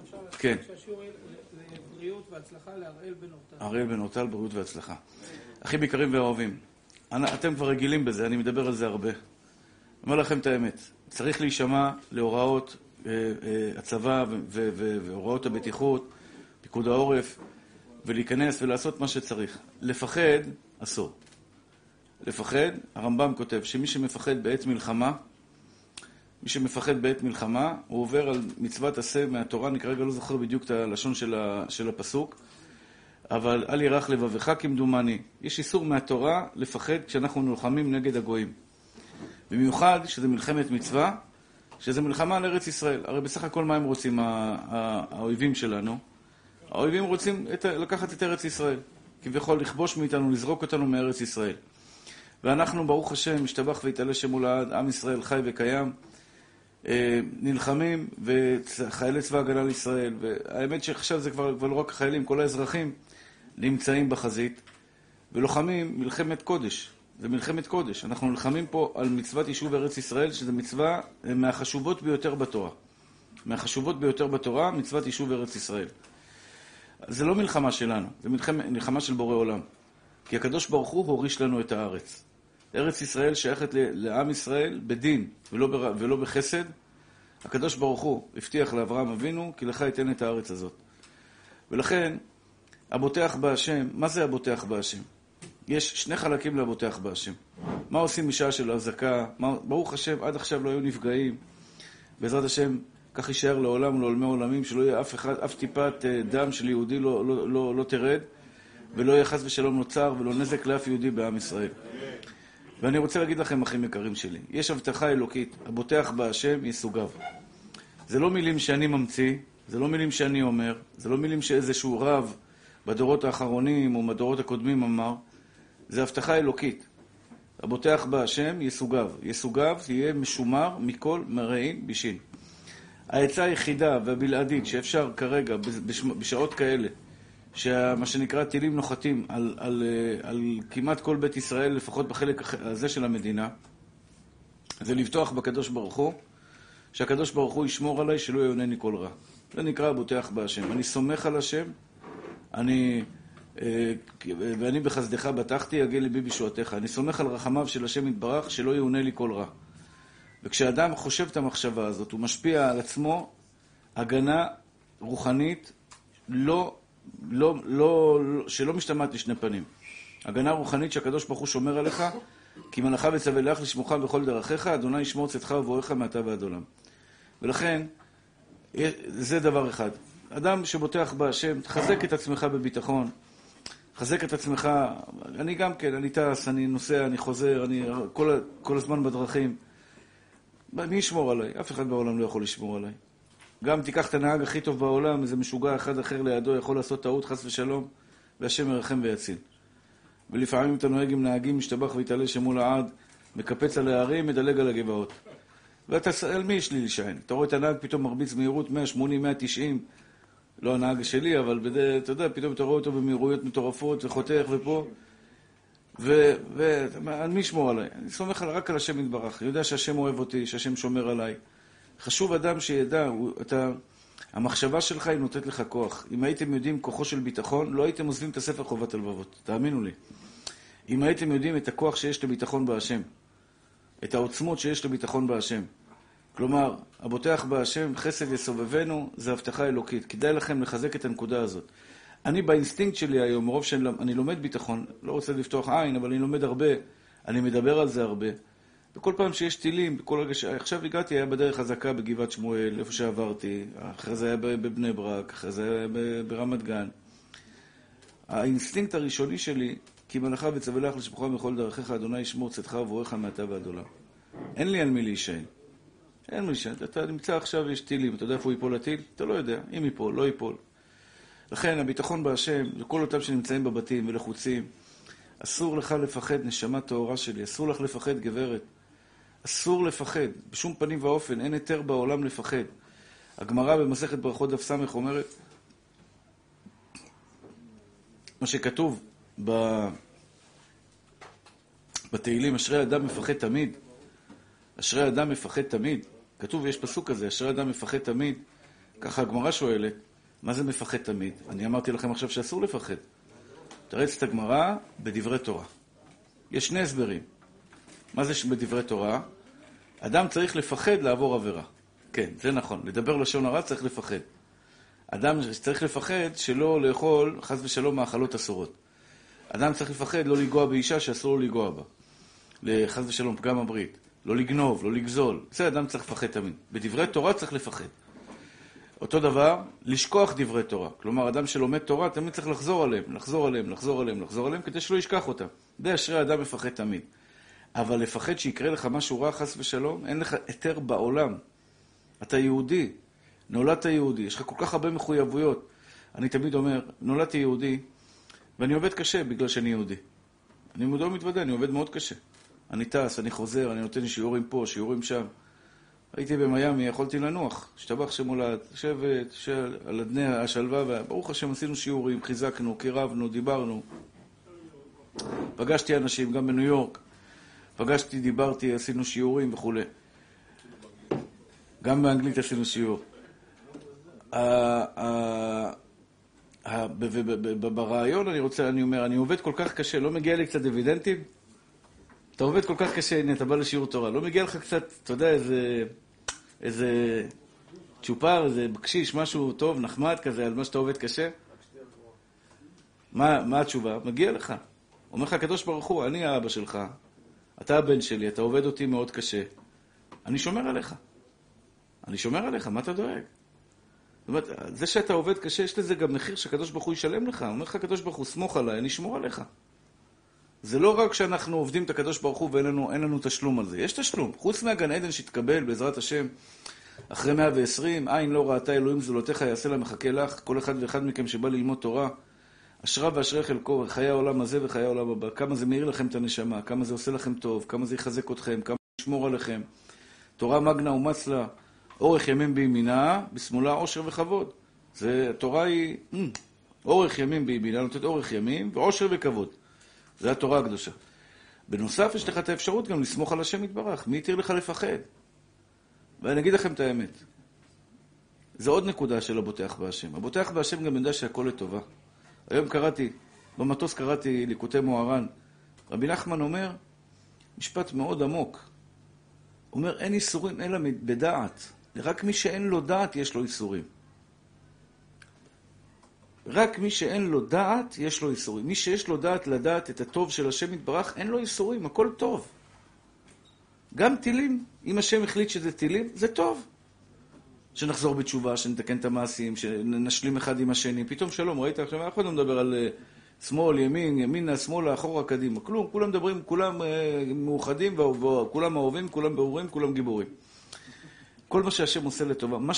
אפשר כן. לעשות שהשיעור לבריאות והצלחה להראל בן אורטל. הראל בן אורטל, בריאות והצלחה. אחים יקרים ואוהבים, אתם כבר רגילים בזה, אני מדבר על זה הרבה. אומר לכם את האמת, צריך להישמע להוראות הצבא והוראות הבטיחות, פיקוד העורף, ולהיכנס ולעשות מה שצריך. לפחד, אסור. לפחד, הרמב"ם כותב שמי שמפחד בעת מלחמה, הוא עובר על מצוות עשה מהתורה, אני כרגע לא זוכר בדיוק את הלשון של הפסוק, אבל אל ירח לבבך כמדומני. יש איסור מהתורה לפחד כשאנחנו נלחמים נגד הגויים. במיוחד שזה מלחמת מצווה, שזה מלחמה על ארץ ישראל. הרי בסך הכל מה הם רוצים האויבים שלנו? האויבים רוצים לקחת את ארץ ישראל, כביכול לכבוש מאיתנו, לזרוק אותנו מארץ ישראל. ואנחנו, ברוך השם, משתבח והתעלה שם מולד, עם ישראל חי וקיים, נלחמים, וחיילי צבא הגנה לישראל, והאמת שעכשיו זה כבר לא רק החיילים, כל האזרחים נמצאים בחזית, ולוחמים מלחמת קודש. זה מלחמת קודש. אנחנו נלחמים פה על מצוות יישוב ארץ ישראל, שזה מצווה מהחשובות ביותר בתורה. מהחשובות ביותר בתורה, מצוות יישוב ארץ ישראל. זה לא מלחמה שלנו, זה מלחמה של בורא עולם. כי הקדוש ברוך הוא הוריש לנו את הארץ. ארץ ישראל שייכת לעם ישראל בדין ולא בחסד. הקדוש ברוך הוא הבטיח לאברהם אבינו, כי לך ייתן את הארץ הזאת. ולכן, הבוטח בהשם, מה זה הבוטח בהשם? יש שני חלקים לבוטח בהשם. מה עושים משעה של הזקה? ברוך השם, עד עכשיו לא היו נפגעים. בעזרת השם, כך יישאר לעולם ולעולמי עולמים, שלא יהיה אף טיפת דם של יהודי לא תרד, ולא יהיה חס ושלום נוצר ולא נזק לאף יהודי בעם ישראל. ואני רוצה להגיד לכם, אחים יקרים שלי, יש הבטחה אלוקית, הבוטח בהשם יסוגיו. זה לא מילים שאני ממציא, זה לא מילים שאני אומר, זה לא מילים שאיזשהו רב בדורות האחרונים או בדורות הקודמים אמר, זה הבטחה אלוקית. הבוטח בהשם יסוגיו. יסוגיו יהיה משומר מכל מרעין בישין. העצה היחידה והבלעדית שאפשר כרגע, בשעות כאלה, שמה שנקרא טילים נוחתים על כמעט כל בית ישראל, לפחות בחלק הזה של המדינה, זה לבטוח בקדוש ברוך הוא, שהקדוש ברוך הוא ישמור עליי שלא יעונני כל רע. זה נקרא הבוטח בהשם. אני סומך על השם, ואני בחסדך בטחתי, יגיע ליבי בישועתך. אני סומך על רחמיו של השם יתברך שלא יעונה לי כל רע. וכשאדם חושב את המחשבה הזאת, הוא משפיע על עצמו הגנה רוחנית שלא משתמעת לשני פנים. הגנה רוחנית שהקדוש ברוך הוא שומר עליך, כי מלאכה וצווה לך לשמוך בכל דרכיך, אדוני ישמור צאתך ובואך מעתה ועד עולם. ולכן, זה דבר אחד. אדם שבוטח בהשם, תחזק את עצמך בביטחון, חזק את עצמך, אני גם כן, אני טס, אני נוסע, אני חוזר, אני כל הזמן בדרכים. מי ישמור עליי? אף אחד בעולם לא יכול לשמור עליי. גם תיקח את הנהג הכי טוב בעולם, איזה משוגע אחד אחר לידו יכול לעשות טעות, חס ושלום, והשם ירחם ויציל. ולפעמים אתה נוהג עם נהגים, משתבח והתעלה שמו לעד, מקפץ על הערים, מדלג על הגבעות. ואתה, על מי יש לי לשען? אתה רואה את הנהג פתאום מרביץ מהירות 180, 190, לא הנהג שלי, אבל אתה יודע, פתאום אתה רואה אותו במהירויות מטורפות, וחותך ופה, ועל מי ישמור עליי? אני סומך רק על השם יתברך, אני יודע שהשם אוהב אותי, שהשם שומר עליי. חשוב אדם שידע, המחשבה שלך היא נותנת לך כוח. אם הייתם יודעים כוחו של ביטחון, לא הייתם עוזבים את הספר חובת הלבבות, תאמינו לי. אם הייתם יודעים את הכוח שיש לביטחון בהשם, את העוצמות שיש לביטחון בהשם, כלומר, הבוטח בהשם, חסד יסובבנו, זה הבטחה אלוקית. כדאי לכם לחזק את הנקודה הזאת. אני באינסטינקט שלי היום, מרוב שאני לומד ביטחון, לא רוצה לפתוח עין, אבל אני לומד הרבה, אני מדבר על זה הרבה. וכל פעם שיש טילים, בכל רגע עכשיו הגעתי, היה בדרך חזקה בגבעת שמואל, איפה שעברתי, אחרי זה היה בבני ברק, אחרי זה היה ברמת גן. האינסטינקט הראשוני שלי, כי מלאכה וצווה לך לשמוך בכל דרכיך, אדוני ישמור צאתך ובואך מעתה ועד עולם. אין לי על מי להישען. אין מי להישען. אתה נמצא עכשיו, יש טילים, אתה יודע איפה ייפול הטיל? אתה לא יודע, אם ייפול, לא ייפול. לכן, הביטחון בהשם, לכל אותם שנמצאים בבתים ולחוצים, אסור לך לפחד, נשמה טהורה שלי, אסור לך לפחד, גברת. אסור לפחד, בשום פנים ואופן, אין היתר בעולם לפחד. הגמרא במסכת ברכות דף סמך אומרת, מה שכתוב בתהילים, אשרי אדם מפחד תמיד. אשרי אדם מפחד תמיד. כתוב, יש פסוק כזה, אשרי אדם מפחד תמיד. ככה הגמרא שואלת, מה זה מפחד תמיד? אני אמרתי לכם עכשיו שאסור לפחד. תרץ את הגמרא בדברי תורה. יש שני הסברים. מה זה בדברי תורה? אדם צריך לפחד לעבור עבירה. כן, זה נכון. לדבר לשון הרע צריך לפחד. אדם צריך לפחד שלא לאכול חס ושלום מאכלות אסורות. אדם צריך לפחד לא לגוע באישה שאסור לו לגוע בה. לחס ושלום פגם הברית. לא לגנוב, לא לגזול. זה אדם צריך לפחד תמיד. בדברי תורה צריך לפחד. אותו דבר, לשכוח דברי תורה. כלומר, אדם שלומד תורה תמיד צריך לחזור עליהם, כדי שלא ישכח אותם. זה אשרי אדם מפחד תמיד. אבל לפחד שיקרה לך משהו רע חס ושלום, אין לך היתר בעולם. אתה יהודי, נולדת יהודי, יש לך כל כך הרבה מחויבויות. אני תמיד אומר, נולדתי יהודי, ואני עובד קשה בגלל שאני יהודי. אני מודע ומתוודע, אני עובד מאוד קשה. אני טס, אני חוזר, אני נותן שיעורים פה, שיעורים שם. הייתי במיימי, יכולתי לנוח, השתבח שמולד, לשבת על אדני השלווה, וברוך השם עשינו שיעורים, חיזקנו, קירבנו, דיברנו. פגשתי אנשים, גם בניו יורק. פגשתי, דיברתי, עשינו שיעורים וכו'. גם באנגלית עשינו שיעור. ברעיון אני עובד כל כך קשה, לא מגיע לי קצת דיבידנטים? אתה עובד כל כך קשה, הנה, אתה בא לשיעור תורה. לא מגיע לך קצת, אתה יודע, איזה צ'ופר, איזה בקשיש, משהו טוב, נחמד כזה, על מה שאתה עובד קשה? מה התשובה? מגיע לך. אומר לך הקדוש ברוך הוא, אני האבא שלך, אתה הבן שלי, אתה עובד אותי מאוד קשה. אני שומר עליך, מה אתה דואג? זאת אומרת, זה שאתה עובד קשה, יש לזה גם מחיר שהקדוש ברוך הוא ישלם לך. אומר לך הקדוש ברוך הוא, סמוך עליי, אני אשמור עליך. זה לא רק שאנחנו עובדים את הקדוש ברוך הוא ואין לנו תשלום על זה. יש תשלום. חוץ מהגן עדן שהתקבל בעזרת השם אחרי 120, עין לא ראתה אלוהים זולותיך יעשה לה מחכה לך, כל אחד ואחד מכם שבא ללמוד תורה, אשרה ואשרי חלקו, חיי העולם הזה וחיי העולם הבא. כמה זה מאיר לכם את הנשמה, כמה זה עושה לכם טוב, כמה זה יחזק אתכם, כמה זה ישמור עליכם. תורה מגנה ומצלה, אורך ימים בימינה, בשמאלה עושר וכבוד. זה, התורה היא אורך ימים בימינה, נותנת אורך ימים ועושר וכבוד. זה התורה הקדושה. בנוסף, יש לך את האפשרות גם לסמוך על השם יתברך. מי יתיר לך לפחד? ואני אגיד לכם את האמת. זו עוד נקודה של הבוטח בהשם. הבוטח בהשם גם ידע שהכל לטובה. היום במטוס קראתי ליקוטי מוהר"ן. רבי נחמן אומר, משפט מאוד עמוק. אומר, אין איסורים אלא בדעת. רק מי שאין לו דעת יש לו איסורים. רק מי שאין לו דעת, יש לו איסורים. מי שיש לו דעת לדעת את הטוב של השם יתברך, אין לו איסורים, הכל טוב. גם טילים, אם השם החליט שזה טילים, זה טוב. שנחזור בתשובה, שנתקן את המעשים, שנשלים אחד עם השני. פתאום שלום, ראית? עכשיו אנחנו לא מדבר על שמאל, ימין, ימינה, שמאלה, אחורה, קדימה. כלום, כולם מדברים, כולם מאוחדים, כולם אוהבים, כולם ברורים, כולם גיבורים. כל מה שהשם עושה לטובה, מה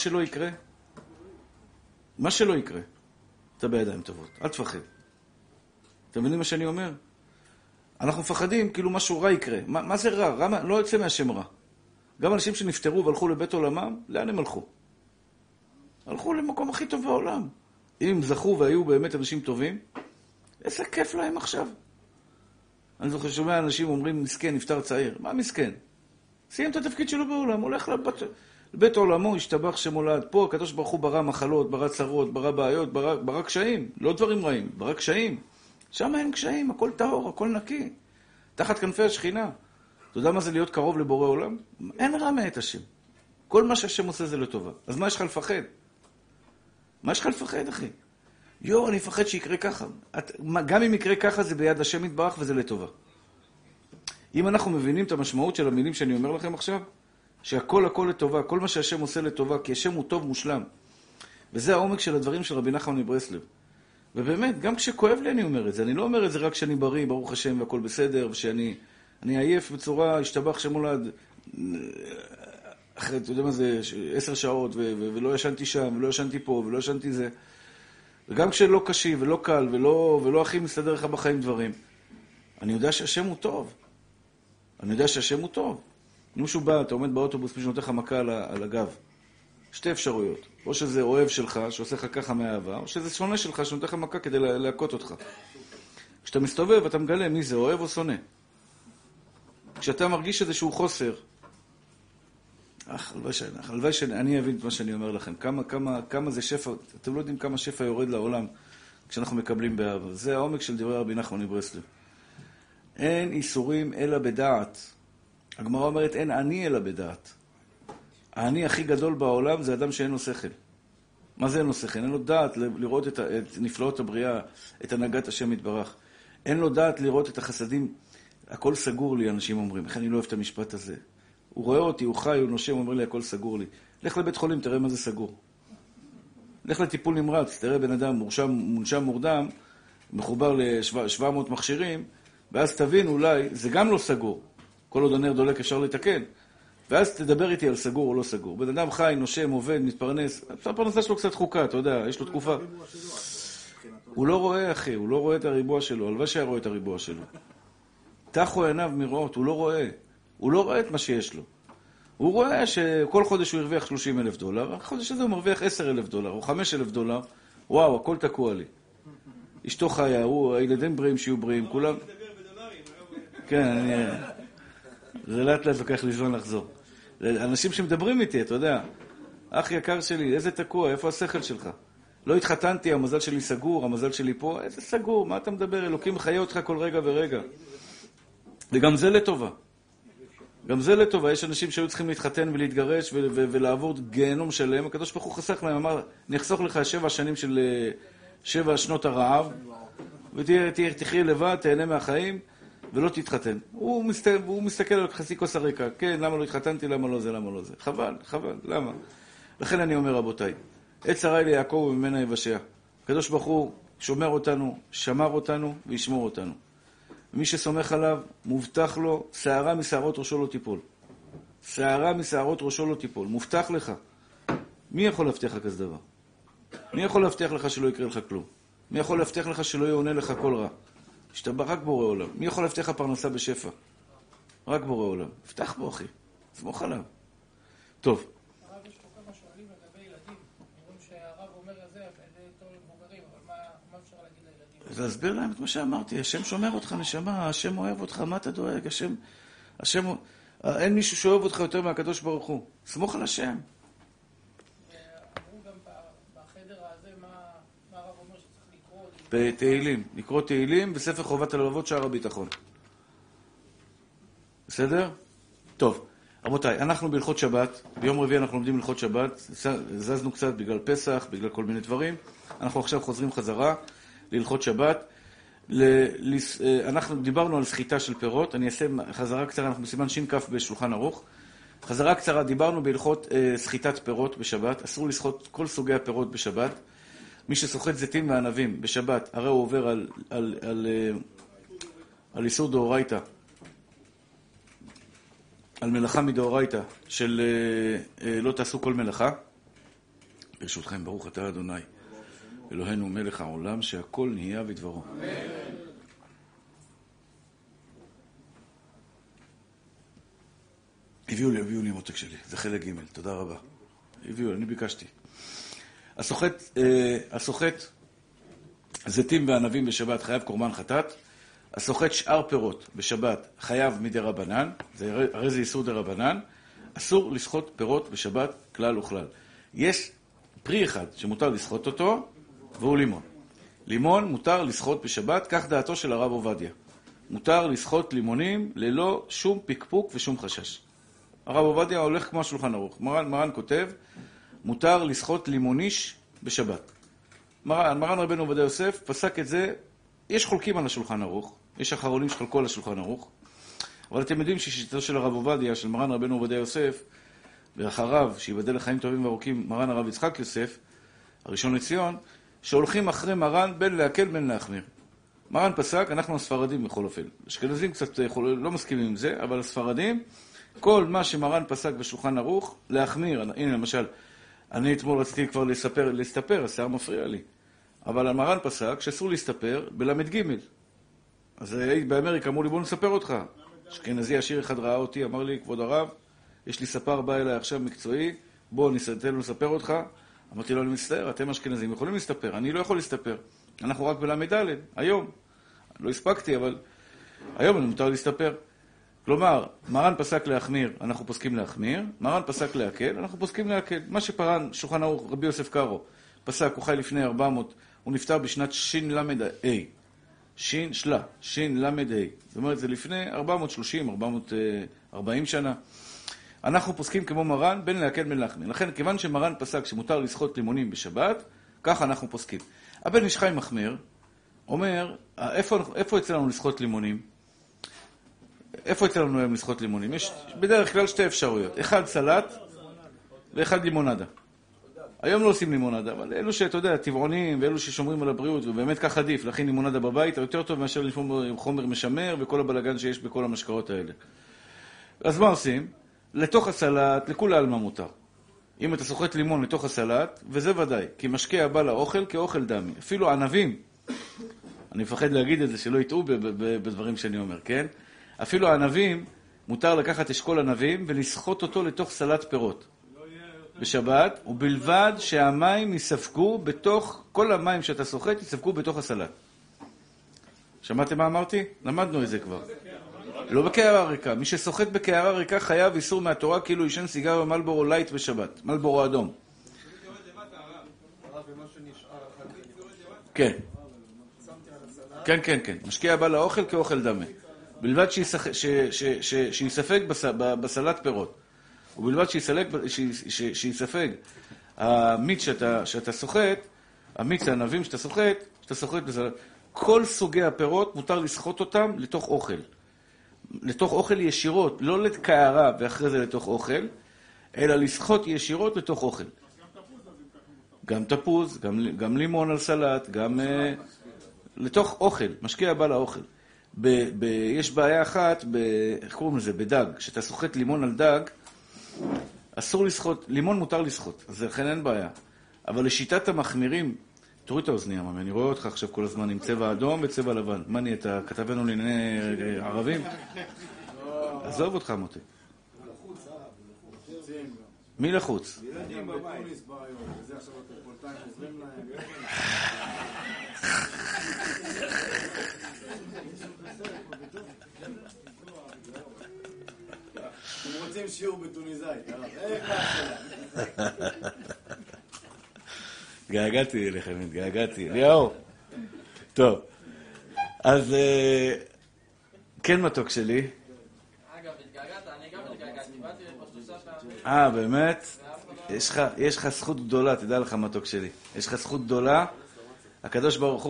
שלא יקרה, אתה בידיים טובות, אל תפחד. אתם מבינים מה שאני אומר? אנחנו מפחדים כאילו משהו רע יקרה. מה זה רע? לא יוצא מהשם רע. גם אנשים שנפטרו והלכו לבית עולמם, לאן הם הלכו? הלכו למקום הכי טוב בעולם. אם הם זכו והיו באמת אנשים טובים, איזה כיף להם עכשיו. אני זוכר שומע אנשים אומרים, מסכן, נפטר צעיר. מה מסכן? סיים את התפקיד שלו בעולם, הולך לבית עולמו, השתבח שמולד. פה הקדוש ברוך הוא ברא מחלות, ברא צרות, ברא בעיות, ברא קשיים. לא דברים רעים, ברא קשיים. שם אין קשיים, הכל טהור, הכל נקי. תחת כנפי השכינה. אתה יודע מה זה להיות קרוב לבורא עולם? אין רע מאת השם. כל מה שהשם עושה זה לטובה. אז מה יש לך לפחד? מה יש לך לפחד, אחי? אני אפחד שיקרה ככה. גם אם יקרה ככה זה ביד השם יתברך וזה לטובה. אם אנחנו מבינים את המשמעות של המילים שאני אומר לכם עכשיו, שהכל לטובה, כל מה שהשם עושה לטובה, כי השם הוא טוב מושלם. וזה העומק של הדברים של רבי נחמן מברסלב. ובאמת, גם כשכואב לי אני אומר את זה. אני לא אומר את זה רק כשאני בריא, ברוך השם, והכל בסדר, ושאני עייף בצורה, השתבח שמולד, אחרי, אתה יודע מה זה, 10 שעות, ולא ישנתי שם, ולא ישנתי פה, ולא ישנתי זה. וגם כשלא קשי, ולא קל, ולא הכי מסתדר לך בחיים דברים. אני יודע שהשם הוא טוב. אם מישהו בא, אתה עומד באוטובוס, מישהו נותן לך מכה על הגב. 2 אפשרויות. או שזה אוהב שלך, שעושה לך ככה מאהבה, או שזה שונא שלך, שנותן לך מכה כדי להכות אותך. כשאתה מסתובב, אתה מגלה מי זה, אוהב או שונא. כשאתה מרגיש איזשהו חוסר, הלוואי שאני אבין את מה שאני אומר לכם. כמה זה שפע, אתם לא יודעים כמה שפע יורד לעולם כשאנחנו מקבלים באהבה. זה העומק של דברי רבי נחמן מברסלב. אין איסורים אלא בדעת. הגמרא אומרת, אין אני אלא בדעת. העני הכי גדול בעולם זה אדם שאין לו שכל. מה זה אין לו שכל? אין לו דעת לראות את נפלאות הבריאה, את הנהגת השם יתברך. אין לו דעת לראות את החסדים. הכל סגור לי, אנשים אומרים. איך אני לא אוהב את המשפט הזה? הוא רואה אותי, הוא חי, הוא נושם, הוא אומר לי, הכל סגור לי. לך לבית חולים, תראה מה זה סגור. לך לטיפול נמרץ, תראה בן אדם מונשם מורדם, מחובר ל-700 מכשירים, ואז תבין אולי, זה גם לא סגור. כל עוד הנר דולק אפשר לתקן. ואז תדבר איתי על סגור או לא סגור. בן אדם חי, נושם, עובד, מתפרנס. הפרנסה שלו קצת חוקה, אתה יודע, יש לו תקופה. הוא לא רואה, אחי, הוא לא רואה את הריבוע שלו. הלוואי שהיה רואה את הריבוע שלו. תחו עיניו מראות, הוא לא רואה. הוא לא רואה את מה שיש לו. הוא רואה שכל חודש הוא הרוויח $30,000. החודש הזה הוא מרוויח $10,000 או $5,000. וואו, הכל תקוע לי. אשתו חיה, הילדים בריאים שיהיו בריאים, כולם... כן, זה לאט לאט לוקח לי זמן לחזור. אנשים שמדברים איתי, אתה יודע, אח יקר שלי, איזה תקוע, איפה השכל שלך? לא התחתנתי, המזל שלי סגור, המזל שלי פה, איזה סגור, מה אתה מדבר? אלוקים חיה אותך כל רגע ורגע. וגם זה לטובה. גם זה לטובה, יש אנשים שהיו צריכים להתחתן ולהתגרש ולעבור גיהנום שלהם. הקדוש ברוך הוא חסך להם, אמר, אני אחסוך לך 7 שנים של 7 שנות הרעב, ותחיה לבד, תהנה מהחיים, ולא תתחתן. הוא מסתכל על חצי כוס הריקה. כן, למה לא התחתנתי, למה לא זה, למה לא זה. חבל, למה? לכן אני אומר, רבותיי, עת שרי ליעקב וממנה יבשע. הקדוש ברוך הוא שומר אותנו, שמר אותנו וישמור אותנו. מי שסומך עליו, מובטח לו, שערה משערות ראשו לא תיפול. שערה משערות ראשו לא תיפול. מובטח לך. מי יכול להבטיח לך כזה דבר? מי יכול להבטיח לך שלא יקרה לך כלום? מי יכול להבטיח לך שלא יעונה לך כל רע? שתבע רק בורא עולם. מי יכול להבטיח לך פרנסה בשפע? רק בורא עולם. הבטח בו, אחי. סמוך עליו. טוב. הרב, יש פה כמה שואלים לגבי ילדים. אומרים שהרב אומר את זה, זה יותר מבוגרים, אבל מה אפשר להגיד לילדים? אז להסביר להם את מה שאמרתי. השם שומר אותך, נשמה. השם אוהב אותך. מה אתה דואג? השם... אין מישהו שאוהב אותך יותר מהקדוש ברוך הוא. סמוך על השם. ואמרו גם בחדר הזה, מה הרב אומר שצריך לקרוא? בתהילים. לקרוא תהילים וספר חובת הלבבות שער הביטחון. בסדר? טוב. רבותיי, אנחנו בהלכות שבת. ביום רביעי אנחנו לומדים הלכות שבת. זזנו קצת בגלל פסח, בגלל כל מיני דברים. אנחנו עכשיו חוזרים חזרה להלכות שבת. אנחנו דיברנו על סחיטה של פירות. אני אעשה חזרה קצרה, אנחנו בסימן ש"כ בשולחן ערוך. חזרה קצרה, דיברנו בהלכות סחיטת פירות בשבת. אסור לסחוט כל סוגי הפירות בשבת. מי שסוחט זיתים וענבים בשבת, הרי הוא עובר על איסור דאורייתא, על מלאכה מדאורייתא של לא תעשו כל מלאכה. ברשותכם, ברוך אתה אדוני אלוהינו מלך העולם שהכל נהיה בדברו. הביאו לי מותק שלי, זה חלק ג', תודה רבה. הביאו, אני ביקשתי. הסוחט זיתים וענבים בשבת חייב קורבן חטאת. הסוחט שאר פירות בשבת חייב מדי רבנן, הרי זה איסור די רבנן. אסור לסחוט פירות בשבת כלל וכלל. יש פרי אחד שמותר לסחוט אותו, והוא לימון. לימון מותר לסחוט בשבת, כך דעתו של הרב עובדיה. מותר לסחוט לימונים ללא שום פקפוק ושום חשש. הרב עובדיה הולך כמו השולחן ערוך. מרן כותב, מותר לסחוט לימוניש בשבת. מרן רבנו עובדיה יוסף פסק את זה. יש חולקים על השולחן ערוך, יש אחרונים שחלקו על השולחן ערוך, אבל אתם יודעים ששיטתו של הרב עובדיה, של מרן רבנו עובדיה יוסף, ואחריו, שיבדל לחיים טובים וארוכים, מרן הרב יצחק יוסף, הראשון לציון, שהולכים אחרי מרן בין להקל בין להחמיר. מרן פסק, אנחנו הספרדים בכל אופן. אשכנזים קצת לא מסכימים עם זה, אבל הספרדים, כל מה שמרן פסק בשולחן ערוך, להחמיר. הנה למשל, אני אתמול רציתי כבר להסתפר, השיער מפריע לי. אבל המרן פסק שאסור להסתפר בלמד ג'. אז באמריקה אמרו לי, בוא נספר אותך. אשכנזי עשיר אחד ראה אותי, אמר לי, כבוד הרב, יש לי ספר בא אליי עכשיו מקצועי, בוא ניתן לו לספר אותך. אמרתי לו, אני מצטער, אתם אשכנזים יכולים להסתפר, אני לא יכול להסתפר. אנחנו רק בלמד ד', היום. לא הספקתי, אבל היום אני מותר להסתפר. כלומר, מרן פסק להחמיר, אנחנו פוסקים להחמיר, מרן פסק להקל, אנחנו פוסקים להקל. מה שפרן, שולחן ערוך, רבי יוסף קארו, פסק, הוא חי לפני 400, הוא נפטר בשנת ש"ל"ה. ש"ל"ה. זאת אומרת, זה לפני 430, 440 שנה. אנחנו פוסקים כמו מרן, בין להקל בין להחמיר. לכן, כיוון שמרן פסק שמותר לשחות לימונים בשבת, ככה אנחנו פוסקים. הבן איש חי מחמיר, אומר, איפה יצא לנו לשחות לימונים? איפה יצא לנו היום לשחות לימונים? יש בדרך כלל שתי אפשרויות. אחד סלט ואחד לימונדה. היום לא עושים לימונדה, אבל אלו שאתה יודע, טבעונים ואלו ששומרים על הבריאות, ובאמת כך עדיף, להכין לימונדה בבית, יותר טוב מאשר לפעמים חומר משמר וכל הבלגן שיש בכל המשקאות האלה. אז מה עושים? לתוך הסלט, לכולה על מה מותר. אם אתה סוחט לימון לתוך הסלט, וזה ודאי, כי משקה הבא לאוכל כאוכל דמי. אפילו ענבים, אני מפחד להגיד את זה, שלא יטעו בדברים שאני אומר, כן? אפילו הענבים, מותר לקחת אשכול ענבים ולסחוט אותו לתוך סלט פירות. בשבת, ובלבד שהמים יספקו בתוך, כל המים שאתה סוחט יספקו בתוך הסלט. שמעתם מה אמרתי? למדנו את זה כבר. לא בקערה ריקה. מי שסוחט בקערה ריקה חייב איסור מהתורה כאילו ישן סיגר ומלבורו לייט בשבת. מלבורו אדום. כן. כן. משקיע הבא לאוכל כאוכל דמה. בלבד שיספק בסלט פירות. ובלבד שיספק המיץ שאתה סוחט, המיץ הענבים שאתה סוחט בסלט. כל סוגי הפירות מותר לסחוט אותם לתוך אוכל. לתוך אוכל ישירות, לא לקערה ואחרי זה לתוך אוכל, אלא לסחוט ישירות לתוך אוכל. גם תפוז, גם לימון על סלט, גם לתוך אוכל, משקיע הבא לאוכל. יש בעיה אחת, איך קוראים לזה? בדג. כשאתה סוחט לימון על דג, אסור לסחוט, לימון מותר לסחוט, אז לכן אין בעיה. אבל לשיטת המחמירים, תוריד את האוזניה, מאמי, אני רואה אותך עכשיו כל הזמן עם צבע אדום וצבע לבן. מה נהיית? כתבנו לענייני ערבים? עזוב אותך, מוטי. מי לחוץ? ילדים בבית. וזה עכשיו הטרפולטיים עוזרים להם. הם רוצים שיעור בטוניסאית. געגעתי אליכם, התגעגעתי. ליאור. טוב. אז כן מתוק שלי. אגב, התגעגעת, אני גם התגעגעתי. באתי לפה 3 פעמים. באמת? יש לך זכות גדולה, תדע לך מתוק שלי. יש לך זכות גדולה. הקדוש ברוך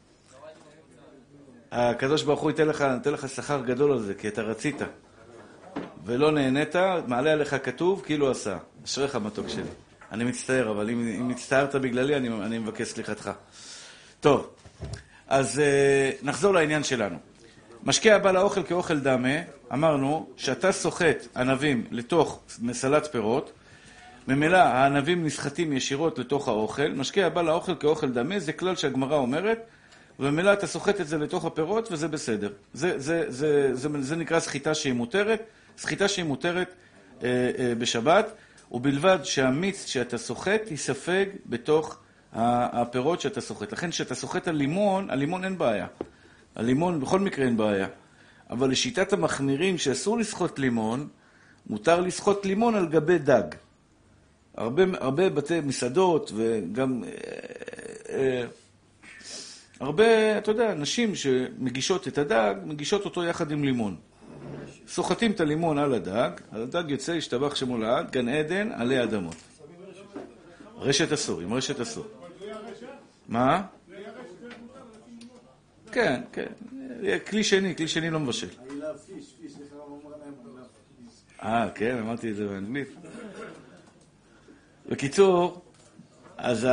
הוא ייתן לך שכר גדול על זה, כי אתה רצית. ולא נהנית, מעלה עליך כתוב, כאילו עשה. אשריך מתוק שלי. אני מצטער, אבל אם מצטערת בגללי, אני מבקש סליחתך. טוב, אז נחזור לעניין שלנו. משקיע הבא לאוכל כאוכל דמה, אמרנו שאתה סוחט ענבים לתוך מסלט פירות, ממילא הענבים נסחטים ישירות לתוך האוכל, משקיע הבא לאוכל כאוכל דמה, זה כלל שהגמרא אומרת, וממילא אתה סוחט את זה לתוך הפירות וזה בסדר. זה נקרא סחיטה שהיא מותרת, סחיטה שהיא מותרת בשבת, ובלבד שהמיץ שאתה סוחט יספג בתוך הפירות שאתה סוחט. לכן כשאתה סוחט על לימון אין בעיה. על לימון בכל מקרה אין בעיה. אבל לשיטת המחמירים שאסור לסחוט לימון, מותר לסחוט לימון על גבי דג. הרבה בתי מסעדות וגם הרבה, אתה יודע, נשים שמגישות את הדג, מגישות אותו יחד עם לימון. סוחטים את הלימון על הדג יוצא, ישתבח שמו לעד, גן עדן עלי אדמות. רשת אסור, עם רשת אסור. מה? כן. כלי שני לא מבשל. כן, אמרתי את זה באנגלית. בקיצור, אז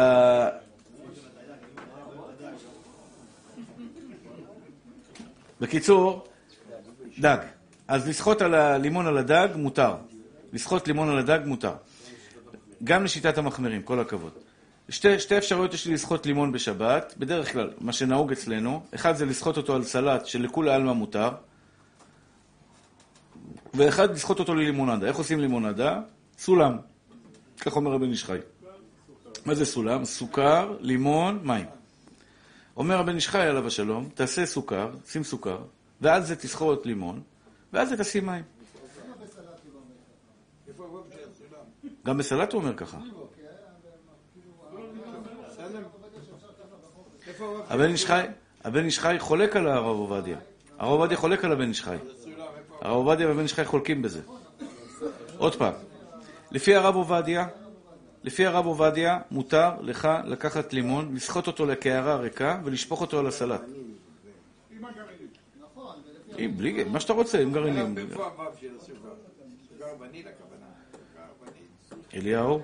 דג. אז לסחוט על הלימון על הדג מותר. לסחוט לימון על הדג מותר. גם לשיטת המחמירים, כל הכבוד. שתי אפשרויות יש לי לסחוט לימון בשבת, בדרך כלל, מה שנהוג אצלנו. אחד זה לסחוט אותו על סלט שלכולי עלמא מותר, ואחד לסחוט אותו ללימונדה. איך עושים לימונדה? סולם. כך אומר הבן איש חי. מה זה סולם? סוכר, לימון, מים. אומר הבן איש חי עליו השלום, תעשה סוכר, שים סוכר, ועל זה תסחוט לימון, ואז תשים מים. גם בסלט הוא אומר ככה. הבן איש חי חולק על הרב עובדיה. הרב עובדיה חולק על הבן איש חי. הרב עובדיה והבן איש חי חולקים בזה. עוד פעם, לפי הרב עובדיה מותר לך לקחת לימון, לסחוט אותו לקערה ריקה ולשפוך אותו על הסלט. עם הגרעינים. נכון. בלי, מה שאתה רוצה, עם גרעינים. איפה הבב של הספר? סוכר וניל הכוונה. אליהו?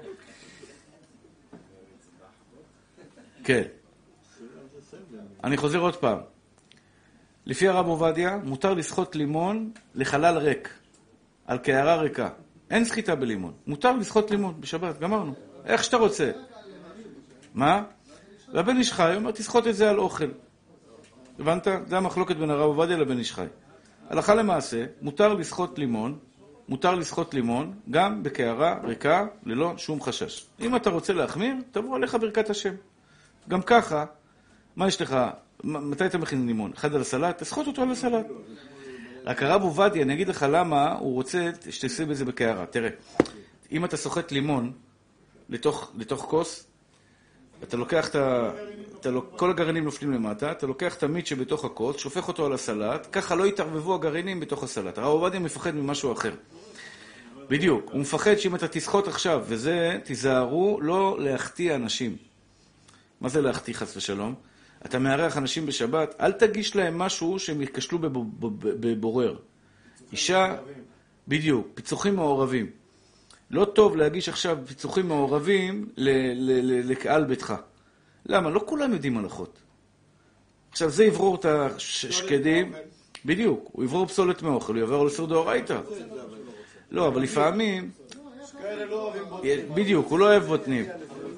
כן. אני חוזר עוד פעם. לפי הרב עובדיה, מותר לסחוט לימון לחלל ריק, על קערה ריקה. אין סחיטה בלימון. מותר לסחוט לימון בשבת, גמרנו. איך שאתה רוצה. מה? והבן איש חי אומר, תסחוט את זה על אוכל. הבנת? זה המחלוקת בין הרב עובדיה לבן איש חי. הלכה למעשה, מותר לסחוט לימון גם בקערה ריקה ללא שום חשש. אם אתה רוצה להחמיר, תבוא עליך ברכת השם. גם ככה, מה יש לך? מתי אתה מכין לימון? אחד על הסלט? תסחוט אותו על הסלט. רק הרב עובדיה, אני אגיד לך למה הוא רוצה שתעשה בזה בקערה. תראה, אם אתה סוחט לימון לתוך כוס, אתה לוקח כל הגרעינים נופלים למטה, אתה לוקח את המיץ שבתוך הכוס, שופך אותו על הסלט, ככה לא יתערבבו הגרעינים בתוך הסלט. הרב עובדיה מפחד ממשהו אחר. בדיוק, הוא מפחד שאם אתה תסחוט עכשיו, וזה, תיזהרו לא להחטיא אנשים. מה זה להחטיא חס ושלום? אתה מארח אנשים בשבת, אל תגיש להם משהו שהם יכשלו בבורר. אישה, בדיוק, פיצוחים מעורבים. לא טוב להגיש עכשיו פיצוחים מעורבים לקהל ביתך. למה? לא כולם יודעים הלכות. עכשיו זה יברור את השקדים, בדיוק, הוא יברור פסולת מאוכל, הוא יעבור לסור דאורייתא. לא, אבל לפעמים, בדיוק, הוא לא אוהב בוטנים.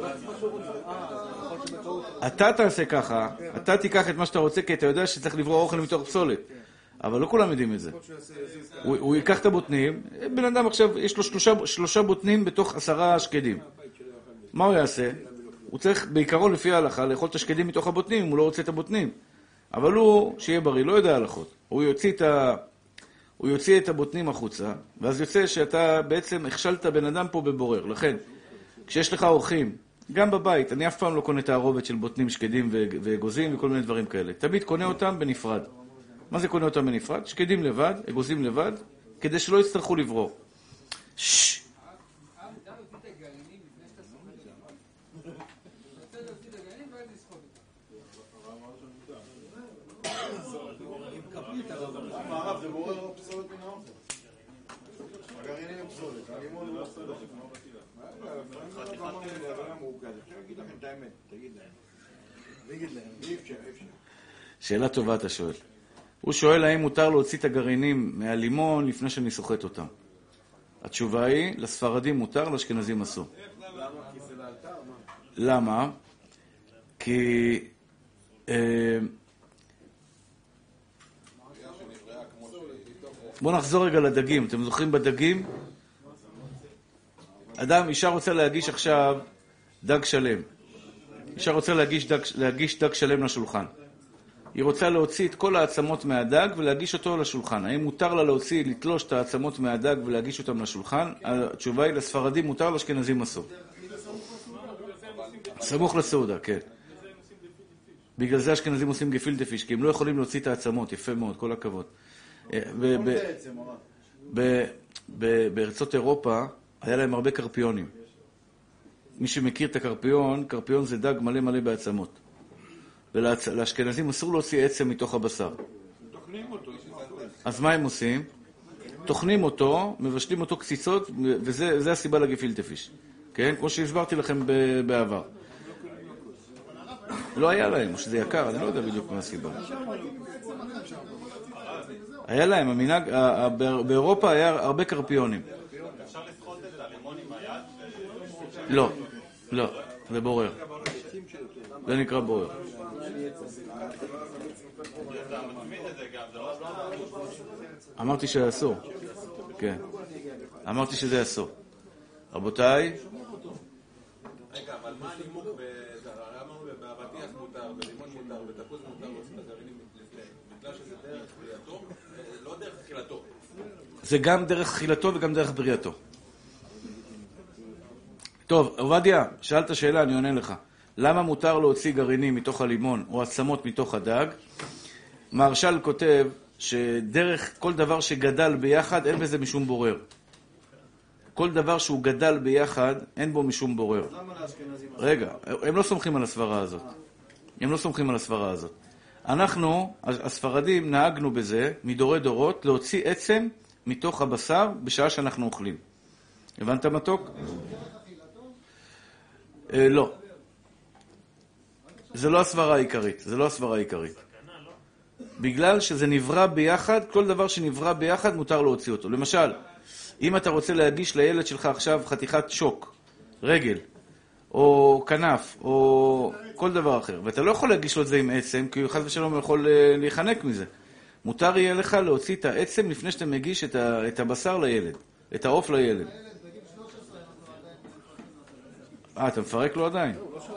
אתה תעשה ככה, אתה תיקח את מה שאתה רוצה, כי אתה יודע שצריך לברור אוכל מתוך פסולת. אבל לא כולם יודעים את זה. הוא ייקח את הבוטנים, בן אדם עכשיו, יש לו 3 בוטנים בתוך 10 שקדים. מה הוא יעשה? הוא צריך בעיקרון לפי ההלכה לאכול את השקדים מתוך הבוטנים, אם הוא לא רוצה את הבוטנים. אבל הוא, שיהיה בריא, לא יודע הלכות. הוא יוציא את הבוטנים החוצה, ואז יוצא שאתה בעצם הכשלת בן אדם פה בבורר. לכן, כשיש לך אורחים, גם בבית, אני אף פעם לא קונה את הערובת של בוטנים, שקדים ואגוזים וכל מיני דברים כאלה. תמיד קונה אותם בנפרד. מה זה קונה אותם בנפרד? שקדים לבד, אגוזים לבד, כדי שלא יצטרכו לברור. ששש! מערב זה בורר פסולת מן האוכל. הגרעינים הם פסולת, הלימון הוא פסולת. אפשר להגיד לכם את האמת, תגיד להם. אי אפשר. שאלה טובה אתה שואל. הוא שואל האם מותר להוציא את הגרעינים מהלימון לפני שאני סוחט אותם. התשובה היא, לספרדים מותר, לאשכנזים אסור. למה? כי זה לאלתר? למה? כי... בואו נחזור רגע לדגים. אתם זוכרים בדגים? אישה רוצה להגיש עכשיו דג שלם. אישה רוצה להגיש דג שלם לשולחן. היא רוצה להוציא את כל העצמות מהדג ולהגיש אותו לשולחן. האם מותר לה לתלוש את העצמות מהדג ולהגיש אותם לשולחן? התשובה היא, לספרדים מותר, לאשכנזים אסור. סמוך לסעודה, כן. בגלל זה האשכנזים עושים גפילטע פיש, כי הם לא יכולים להוציא את העצמות. יפה מאוד, כל הכבוד. בארצות אירופה היה להם הרבה קרפיונים. מי שמכיר את הקרפיון, קרפיון זה דג מלא מלא בעצמות. ולאשכנזים אסור להוציא עצם מתוך הבשר. תוכנים אותו. אז מה הם עושים? תוכנים אותו, מבשלים אותו קציצות, וזה הסיבה לגפילטע פיש. כן? כמו שהסברתי לכם בעבר. לא היה להם, או שזה יקר, אני לא יודע בדיוק מה הסיבה. היה להם, המנהג, באירופה היה הרבה קרפיונים. אפשר לסחוט את הלימון עם היד? לא, זה בורר. זה נקרא בורר. אמרתי שזה אסור. כן. אמרתי שזה אסור. רבותיי. רגע, אבל מה הנימוק? אמרנו באבטיח מותר, בלימון מותר, בתפוז מותר, להוציא את הגרעינים לפני. בגלל שזה דרך בריאתו, לא דרך אכילתו. זה גם דרך אכילתו וגם דרך בריאתו. טוב, עובדיה, שאלת שאלה, אני עונה לך. למה מותר להוציא גרעינים מתוך הלימון או עצמות מתוך הדג? מרשל כותב שדרך כל דבר שגדל ביחד אין בזה משום בורר. כל דבר שהוא גדל ביחד אין בו משום בורר. רגע, הם לא סומכים על הסברה הזאת. הם לא סומכים על הסברה הזאת. אנחנו, הספרדים, נהגנו בזה מדורי דורות להוציא עצם מתוך הבשר בשעה שאנחנו אוכלים. הבנת מתוק? לא. זה לא הסברה העיקרית. זה לא הסברה העיקרית. בגלל שזה נברא ביחד, כל דבר שנברא ביחד מותר להוציא אותו. למשל, אם אתה רוצה להגיש לילד שלך עכשיו חתיכת שוק, רגל, או כנף, או כל דבר אחר, ואתה לא יכול להגיש לו את זה עם עצם, כי חס ושלום יכול להיחנק מזה. מותר יהיה לך להוציא את העצם לפני שאתה מגיש את הבשר לילד, את העוף לילד. אתה מפרק לו עדיין?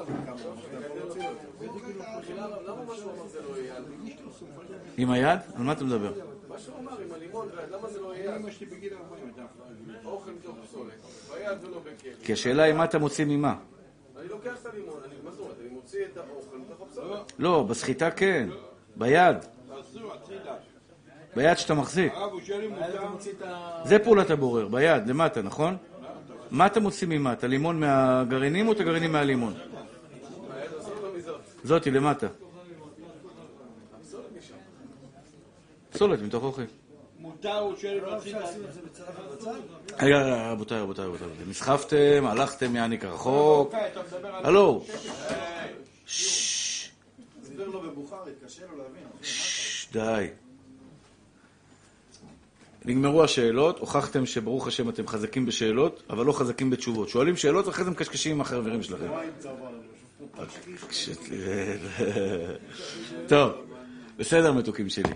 עם היד? על מה אתה מדבר? מה שהוא אמר, עם הלימון, למה זה לא יהיה? אמא שלי בגיל 40, אוכל מתוך פסולת. ביד זה לא בכיף. כי השאלה היא מה אתה מוציא ממה. אני לוקח את הלימון, מה זאת אומרת? אני מוציא את האוכל מתוך הפסולת. לא, בסחיטה כן. ביד. ביד שאתה מחזיק. הרב הוא שואל אם מותר. זה פעולת הבורר, ביד, למטה, נכון? מה אתה מוציא ממה? את הלימון מהגרעינים או את הגרעינים מהלימון? זאתי, למטה. פסולת מתוך אוכל. מותר הוא שואל אם רצית. רבותיי, נסחפתם, הלכתם יעני כרחוק. הלו. תסביר לו בבוכרית, קשה לו להבין. די. נגמרו השאלות, הוכחתם שברוך השם אתם חזקים בשאלות, אבל לא חזקים בתשובות. שואלים שאלות ואחרי זה מקשקשים עם החברים שלכם. טוב, בסדר מתוקים שלי.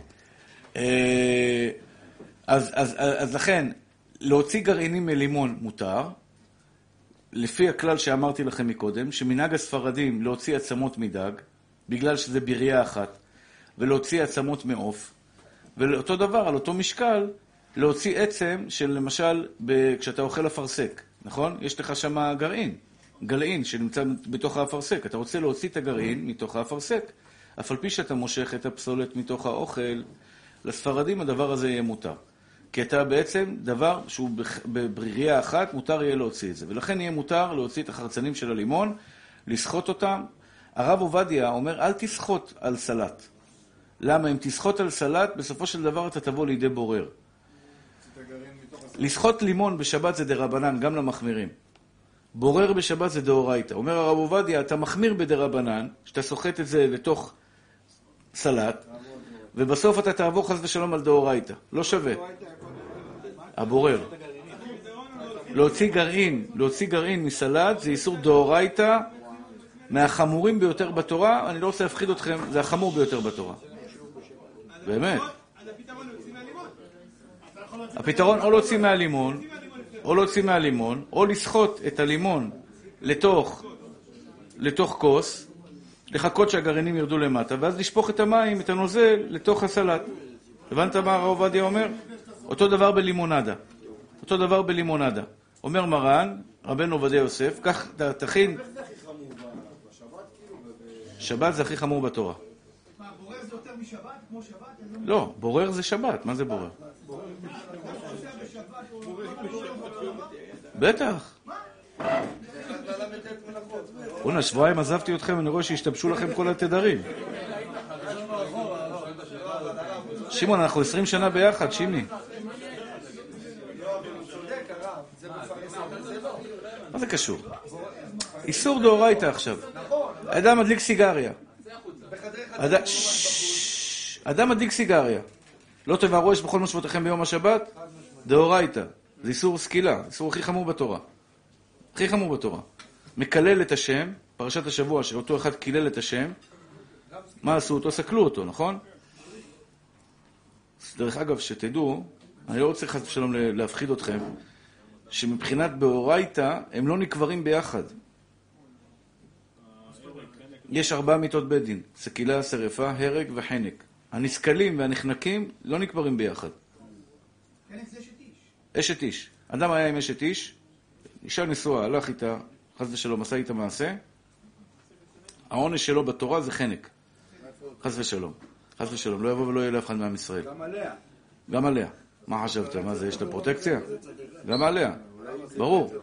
אז לכן, להוציא גרעינים מלימון מותר, לפי הכלל שאמרתי לכם מקודם, שמנהג הספרדים להוציא עצמות מדג, בגלל שזה בריאה אחת, ולהוציא עצמות מעוף, ולאותו דבר, על אותו משקל, להוציא עצם של למשל, כשאתה אוכל אפרסק, נכון? יש לך שם גרעין שנמצא בתוך האפרסק. אתה רוצה להוציא את הגרעין מתוך האפרסק, אף על פי שאתה מושך את הפסולת מתוך האוכל. לספרדים הדבר הזה יהיה מותר. כי אתה בעצם דבר שהוא בבריאה אחת, מותר יהיה להוציא את זה. ולכן יהיה מותר להוציא את החרצנים של הלימון, לסחוט אותם. הרב עובדיה אומר, אל תסחוט על סלט. למה? אם תסחוט על סלט, בסופו של דבר אתה תבוא לידי בורר. לסחוט לימון בשבת זה דרבנן, גם למחמירים. בורר בשבת זה דאורייתא. אומר הרב עובדיה, אתה מחמיר בדרבנן, שאתה סוחט את זה לתוך סלט, ובסוף אתה תעבור חס ושלום על דאורייתא. לא שווה. הבורר. להוציא גרעין מסלט זה איסור דאורייתא, מהחמורים ביותר בתורה. אני לא רוצה להפחיד אתכם, זה החמור ביותר בתורה. באמת. הפתרון או להוציא מהלימון, או לסחוט את הלימון לתוך כוס, לחכות שהגרעינים ירדו למטה, ואז לשפוך את המים, את הנוזל, לתוך הסלט. הבנת מה הרב עובדיה אומר? אותו דבר בלימונדה. אומר מרן, רבנו עובדיה יוסף, כך תכין. שבת זה הכי חמור בתורה. מה, בורר זה יותר משבת? כמו שבת? לא, בורר זה שבת. מה זה בורר? בטח. בוא'נה, שבועיים עזבתי אתכם, אני רואה שהשתבשו לכם כל התדרים. שמעון, אנחנו 20 שנה ביחד, שימי. מה זה קשור? איסור דאורייתא עכשיו. אדם מדליק סיגריה. אדם מדליק סיגריה. לא תבערו אש בכל מושבותיכם ביום השבת? דאורייתא. זה איסור סקילה, איסור הכי חמור בתורה. הכי חמור בתורה. מקלל את השם, פרשת השבוע שאותו אחד קילל את השם, מה עשו אותו? סקלו אותו, נכון? דרך אגב, שתדעו, אני לא רוצה חס ושלום להפחיד אתכם, שמבחינת באורייתא הם לא נקברים ביחד. יש 4 מיתות בית דין, סקילה, שרפה, הרג וחנק. הנסקלים והנחנקים לא נקברים ביחד. חנק זה שתית. אשת איש. אדם היה עם אשת איש, אישה נשואה, הלך איתה, חס ושלום, עשה איתה מעשה, העונש שלו בתורה זה חנק. חס ושלום. חס ושלום. לא יבוא ולא יהיה לאף אחד מעם ישראל. גם עליה. גם עליה. מה חשבת? מה זה? יש לה פרוטקציה? גם עליה. ברור.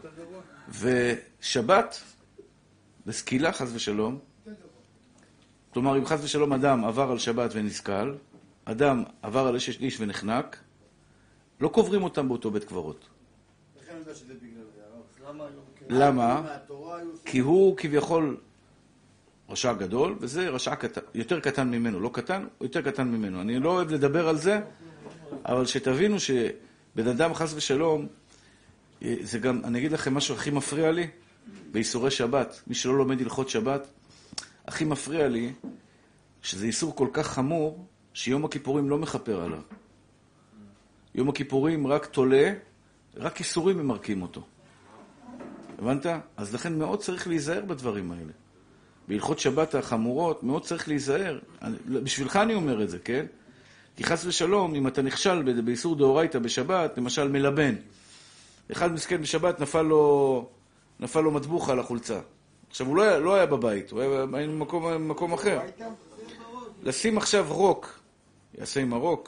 ושבת, בסקילה חס ושלום, כלומר, אם חס ושלום אדם עבר על שבת ונסקל, אדם עבר על אשת איש ונחנק, לא קוברים אותם באותו בית קברות. איך אני יודע שזה בגלל זה? למה? כי הוא כביכול רשע גדול, וזה רשע קטן, יותר קטן ממנו, לא קטן, הוא יותר קטן ממנו. אני לא אוהב לדבר על זה, אבל שתבינו שבן אדם חס ושלום, זה גם, אני אגיד לכם משהו הכי מפריע לי, באיסורי שבת, מי שלא לומד הלכות שבת, הכי מפריע לי, שזה איסור כל כך חמור, שיום הכיפורים לא מחפר עליו. יום הכיפורים רק תולה, רק איסורים ממרקים אותו. הבנת? אז לכן מאוד צריך להיזהר בדברים האלה. בהלכות שבת החמורות, מאוד צריך להיזהר. בשבילך אני אומר את זה, כן? כי חס ושלום, אם אתה נכשל באיסור דאורייתא בשבת, למשל מלבן, אחד מסכן בשבת נפל לו מטבוח על החולצה. עכשיו, הוא לא היה בבית, הוא היה במקום אחר. לשים עכשיו רוק, יעשה עם הרוק,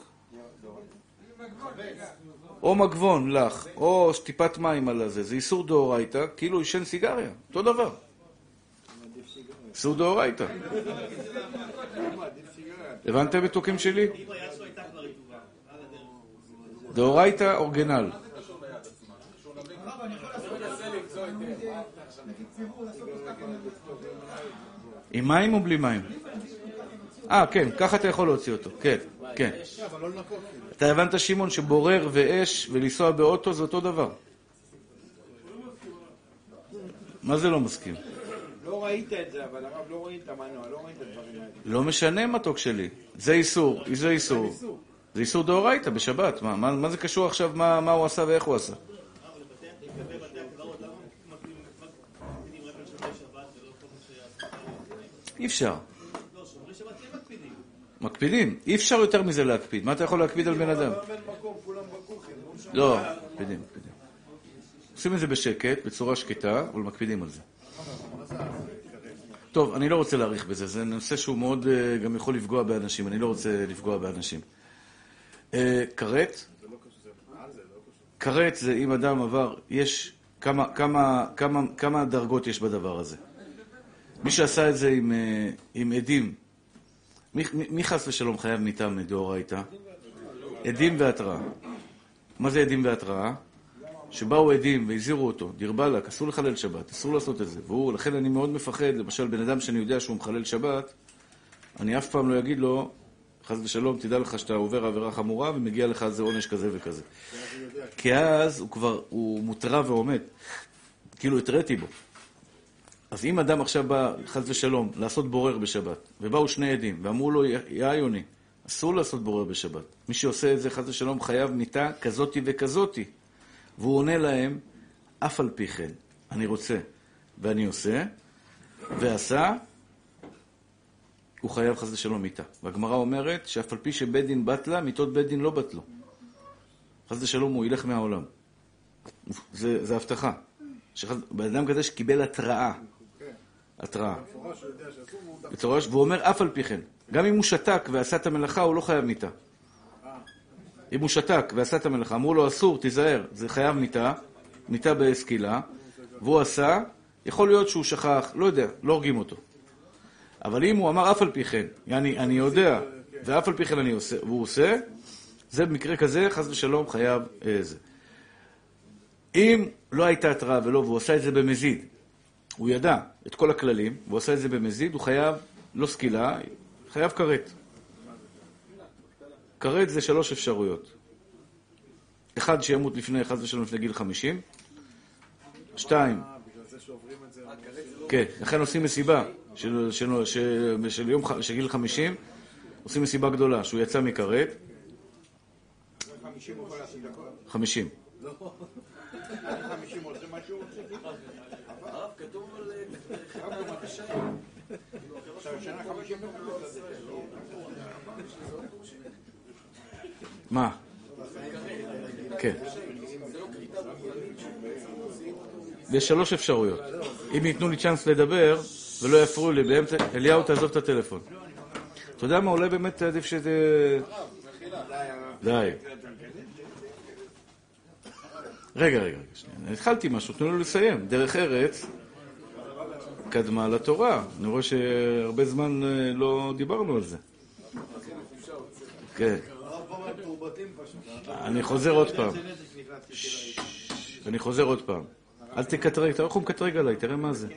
או מגבון לך, או טיפת מים על הזה, זה איסור דאורייתא, כאילו ישן סיגריה, אותו דבר. איסור דאורייתא. הבנתם מתוקים שלי? דאורייתא אורגינל. עם מים או בלי מים? כן, ככה אתה יכול להוציא אותו. כן, כן. אתה הבנת, שמעון, שבורר ואש ולנסוע באוטו זה אותו דבר. מה זה לא מסכים? לא ראית את זה, אבל הרב לא רואים את המנוע, לא רואים את הדברים האלה. לא משנה מתוק שלי. זה איסור, זה איסור. זה איסור דאורייתא בשבת. מה זה קשור עכשיו מה הוא עשה ואיך הוא עשה? אי אפשר. מקפידים. אי אפשר יותר מזה להקפיד. מה אתה יכול להקפיד על בן אדם? לא, מקפידים. עושים את זה בשקט, בצורה שקטה, אבל מקפידים על זה. טוב, אני לא רוצה להאריך בזה. זה נושא שהוא מאוד גם יכול לפגוע באנשים. אני לא רוצה לפגוע באנשים. קראת? קראת זה אם אדם עבר, יש כמה דרגות יש בדבר הזה. מי שעשה את זה עם עדים, מי חס ושלום חייב מיתה מדאורייתא? עדים והתראה. מה זה עדים והתראה? שבאו עדים והזהירו אותו, דיר באלק, אסור לחלל שבת, אסור לעשות את זה. לכן אני מאוד מפחד, למשל בן אדם שאני יודע שהוא מחלל שבת, אני אף פעם לא אגיד לו, חס ושלום, תדע לך שאתה עובר עבירה חמורה ומגיע לך איזה עונש כזה וכזה. כי אז הוא מוטרע ועומד, כאילו התראיתי בו. אז אם אדם עכשיו בא, חס ושלום, לעשות בורר בשבת, ובאו שני עדים, ואמרו לו, יא יוני, אסור לעשות בורר בשבת. מי שעושה את זה, חס ושלום, חייב מיתה כזאתי וכזאתי. והוא עונה להם, אף על פי כן, אני רוצה, ואני עושה, ועשה, הוא חייב חס ושלום מיתה. והגמרא אומרת, שאף על פי שבית דין בטלה, מיתות בית דין לא בטלו. חס ושלום, הוא ילך מהעולם. זה הבטחה. באדם כזה שקיבל התראה. התראה. והוא אומר אף על פי כן. גם אם הוא שתק ועשה את המלאכה, הוא לא חייב מיתה. אם הוא שתק ועשה את המלאכה, אמרו לו אסור, תיזהר, זה חייב מיתה, מיתה בסקילה, והוא עשה, יכול להיות שהוא שכח, לא יודע, לא הורגים אותו. אבל אם הוא אמר אף על פי כן, אני יודע, ואף על פי כן אני עושה, והוא עושה, זה במקרה כזה, חס ושלום, חייב זה. אם לא הייתה התראה ולא, והוא עשה את זה במזיד, הוא ידע את כל הכללים, והוא עשה את זה במזיד, הוא חייב, לא סקילה, חייב קראת. קראת זה 3 אפשרויות. 1, שימות לפני, חס ושלום, לפני גיל 50. 2, כן, לכן עושים מסיבה של גיל 50, עושים מסיבה גדולה, שהוא יצא מקראת. 50. 50 עושה משהו? הרב, כתוב על... עכשיו, שנה 50 מה? כן. יש 3 אפשרויות. אם ייתנו לי צ'אנס לדבר ולא יפריעו לי באמצע, אליהו תעזוב את הטלפון. אתה יודע מה, אולי באמת עדיף שזה... די. רגע, שנייה. התחלתי משהו, תנו לו לסיים. דרך ארץ קדמה לתורה. אני רואה שהרבה זמן לא דיברנו על זה. כן. אני חוזר עוד פעם. אל תקטרג, אתה לא יכול לקטרג עליי, תראה מה זה.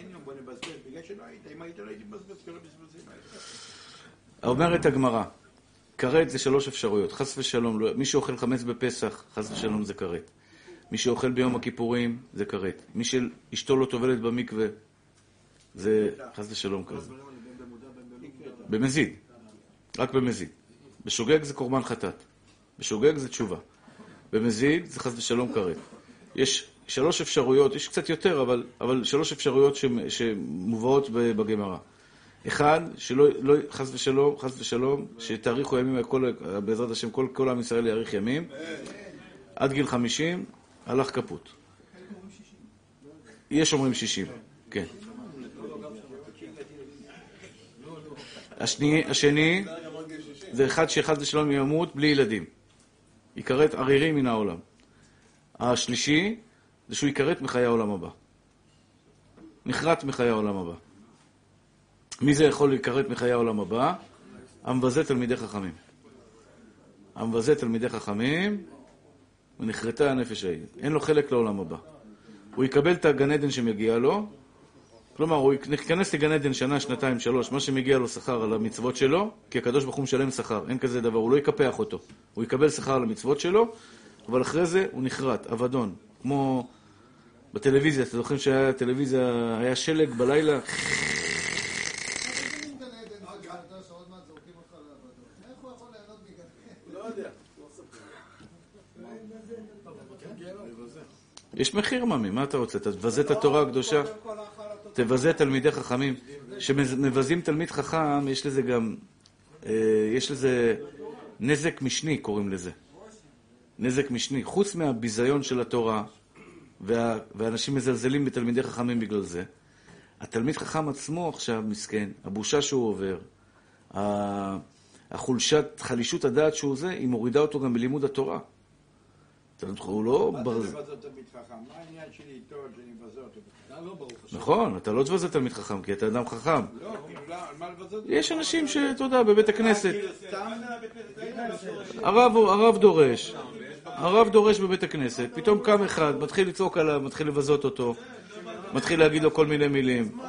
אומרת הגמרא, כרת זה 3 אפשרויות, חס ושלום, מי שאוכל חמץ בפסח, חס ושלום זה כרת. מי שאוכל ביום הכיפורים, זה כרת. מי שאשתו לא טובלת במקווה, זה חס ושלום כזה. במזיד, רק במזיד. בשוגג זה קורבן חטאת. בשוגג זה תשובה. במזיד זה חס ושלום כרת. יש 3 אפשרויות, יש קצת יותר, אבל 3 אפשרויות שמובאות בגמרא. אחד, שלא, חס ושלום, שתאריכו ימים, בעזרת השם, כל עם ישראל יאריך ימים, עד גיל 50, הלך כפות. יש אומרים 60, כן. השני, זה אחד שחס ושלום ימות בלי ילדים. יקראת ערירי מן העולם. השלישי, זה שהוא יקראת מחיי העולם הבא. נחרט מחיי העולם הבא. מי זה יכול לקראת מחיי העולם הבא? המבזה תלמידי חכמים. המבזה תלמידי חכמים, ונחרטה הנפש ההיא. אין לו חלק לעולם הבא. הוא יקבל את הגן עדן שמגיע לו, כלומר, הוא יכנס לגן עדן שנה, 2, 3, מה שמגיע לו שכר על המצוות שלו, כי הקדוש ברוך הוא משלם שכר, אין כזה דבר, הוא לא יקפח אותו. הוא יקבל שכר על המצוות שלו, אבל אחרי זה הוא נחרט, אבדון. כמו בטלוויזיה, אתם זוכרים שהיה טלוויזיה, היה שלג בלילה, יש מחיר ממי, מה אתה רוצה? תבזה את התורה הקדושה, תבזה תלמידי חכמים. שמבזים תלמיד חכם, יש לזה גם, יש לזה נזק משני, קוראים לזה. נזק משני. חוץ מהביזיון של התורה, ואנשים מזלזלים בתלמידי חכמים בגלל זה, התלמיד חכם עצמו עכשיו מסכן, הבושה שהוא עובר, חלישות הדעת שהוא זה, היא מורידה אותו גם בלימוד התורה. הוא לא... מה זה לבזות תלמיד חכם? מה העניין שלי איתו שאני מבזות אותו? נכון, אתה לא תבזת תלמיד חכם, כי אתה אדם חכם. לא, מה לבזות? יש אנשים שאתה יודע, בבית הכנסת. הרב דורש בבית הכנסת, פתאום קם אחד, מתחיל לצעוק עליו, מתחיל לבזות אותו, מתחיל להגיד לו כל מיני מילים.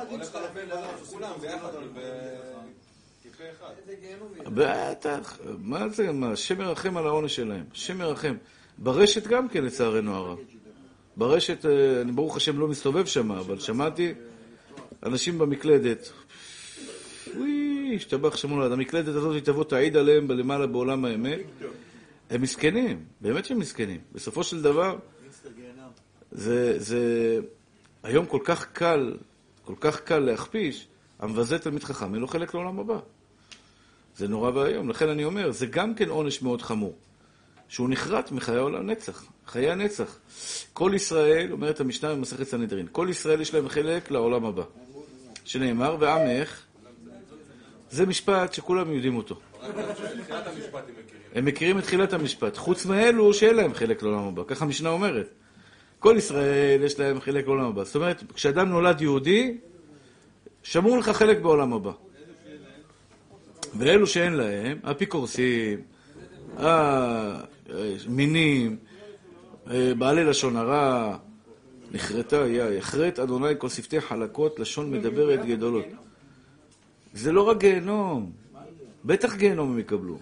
בטח, מה זה, מה? שם ירחם על העונש שלהם, שם ירחם. ברשת גם כן, לצערנו הרב. ברשת, אני ברוך השם לא מסתובב שם, אבל שמעתי אנשים במקלדת. השתבח שמולד. המקלדת הזאת היא תבוא תעיד עליהם בלמעלה בעולם האמת. הם מסכנים, באמת שהם מסכנים. בסופו של דבר, זה היום כל כך קל להכפיש, המבזה תלמיד חכם, אין לו חלק לעולם הבא. זה נורא והיום. לכן אני אומר, זה גם כן עונש מאוד חמור. שהוא נחרט מחיי העולם נצח, חיי הנצח. כל ישראל, אומרת המשנה במסכת סנהדרין, כל ישראל יש להם חלק לעולם הבא. שנאמר, ועמך, זה משפט שכולם יודעים אותו. הם מכירים את תחילת המשפט, חוץ מאלו שאין להם חלק לעולם הבא. ככה המשנה אומרת. כל ישראל יש להם חלק לעולם הבא. זאת אומרת, כשאדם נולד יהודי, שמור לך חלק בעולם הבא. ואלו שאין להם, אפיקורסים, מינים, בעלי לשון הרע, נחרטה, יחרט אדוני כל שפתי חלקות, לשון מדברת גדולות. זה לא רק גיהנום, בטח גיהנום הם יקבלו.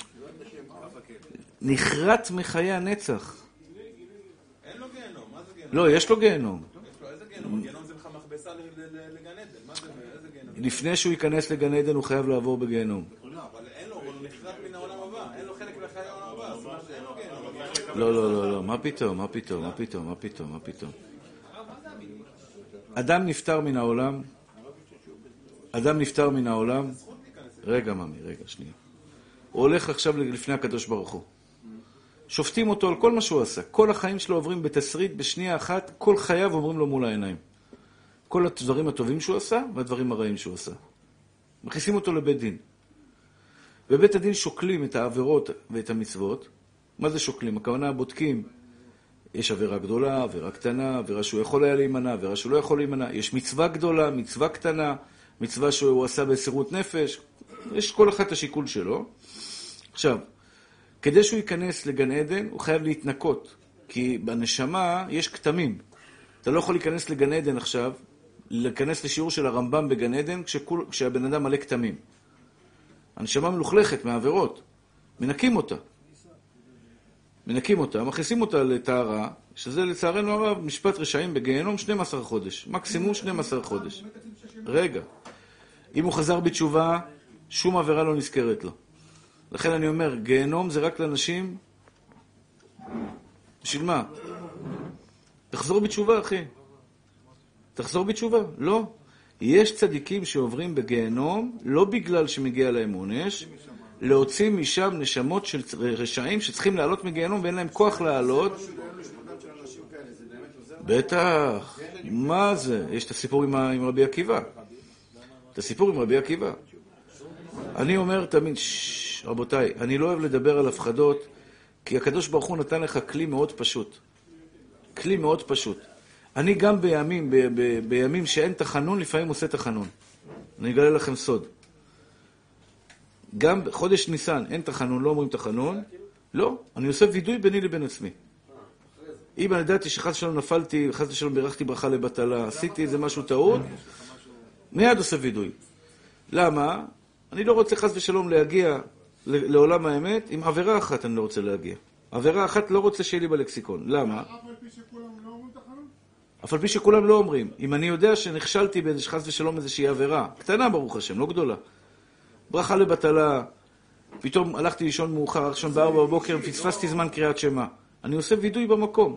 נחרט מחיי הנצח. אין לו גיהנום, מה זה גיהנום? לא, יש לו גיהנום. איזה גיהנום? גיהנום זה בכלל מכבסה לגן עדן. מה זה, איזה גיהנום? לפני שהוא ייכנס לגן עדן הוא חייב לעבור בגיהנום. אבל אין לו, הוא נחרט מן העולם הבא. אין לו חלק מחיי העולם הבא. זאת אומרת שאין לו גיהנום. לא, מה פתאום. אדם נפטר מן העולם, רגע, שנייה. הוא הולך עכשיו לפני הקדוש ברוך הוא. שופטים אותו על כל מה שהוא עשה. כל החיים שלו עוברים בתסריט, בשנייה אחת, כל חייו עוברים לו מול העיניים. כל הדברים הטובים שהוא עשה, והדברים הרעים שהוא עשה. מכניסים אותו לבית דין. בבית הדין שוקלים את העבירות ואת המצוות. מה זה שוקלים? הכוונה בודקים. יש עבירה גדולה, עבירה קטנה, עבירה שהוא יכול היה להימנע, עבירה שהוא לא יכול להימנע. יש מצווה גדולה, מצווה קטנה, מצווה שהוא עשה בסירות נפש. יש כל אחד את השיקול שלו. עכשיו, כדי שהוא ייכנס לגן עדן, הוא חייב להתנקות. כי בנשמה יש כתמים. אתה לא יכול להיכנס לגן עדן עכשיו, להיכנס לשיעור של הרמב"ם בגן עדן, כשהבן אדם מלא כתמים. הנשמה מלוכלכת מהעבירות. מנקים אותה. מכניסים אותה לטהרה, שזה לצערנו הרב, משפט רשעים בגיהנום 12 חודש. מקסימום 12 חודש. רגע. אם הוא חזר בתשובה, שום עבירה לא נזכרת לו. לכן אני אומר, גיהנום זה רק לאנשים... בשביל מה? תחזור בתשובה, אחי. תחזור בתשובה. לא. יש צדיקים שעוברים בגיהנום, לא בגלל שמגיע להם עונש, להוציא משם נשמות של רשעים שצריכים לעלות מגיהנום ואין להם כוח לעלות. בטח. מה זה? יש את הסיפור עם רבי עקיבא. אני אומר תמיד, רבותיי, אני לא אוהב לדבר על הפחדות, כי הקדוש ברוך הוא נתן לך כלי מאוד פשוט. כלי מאוד פשוט. אני גם בימים שאין תחנון, לפעמים עושה תחנון. אני אגלה לכם סוד. גם בחודש ניסן אין תחנון, לא אומרים תחנון. לא, אני עושה וידוי ביני לבין עצמי. אם אני ידעתי שחס ושלום נפלתי, חס ושלום בירכתי ברכה לבטלה, עשיתי איזה משהו טעות, מיד עושה וידוי. למה? אני לא רוצה חס ושלום להגיע לעולם האמת, עם עבירה אחת אני לא רוצה להגיע. עבירה אחת לא רוצה שיהיה לי בלקסיקון. למה? אף על פי שכולם לא אומרים. אם אני יודע שנכשלתי באיזה חס ושלום איזושהי עבירה, קטנה ברוך השם, לא גדולה. ברכה לבטלה, פתאום הלכתי לישון מאוחר, ראשון ב4 בבוקר, פספסתי זמן קריאת שמע. אני עושה וידוי במקום.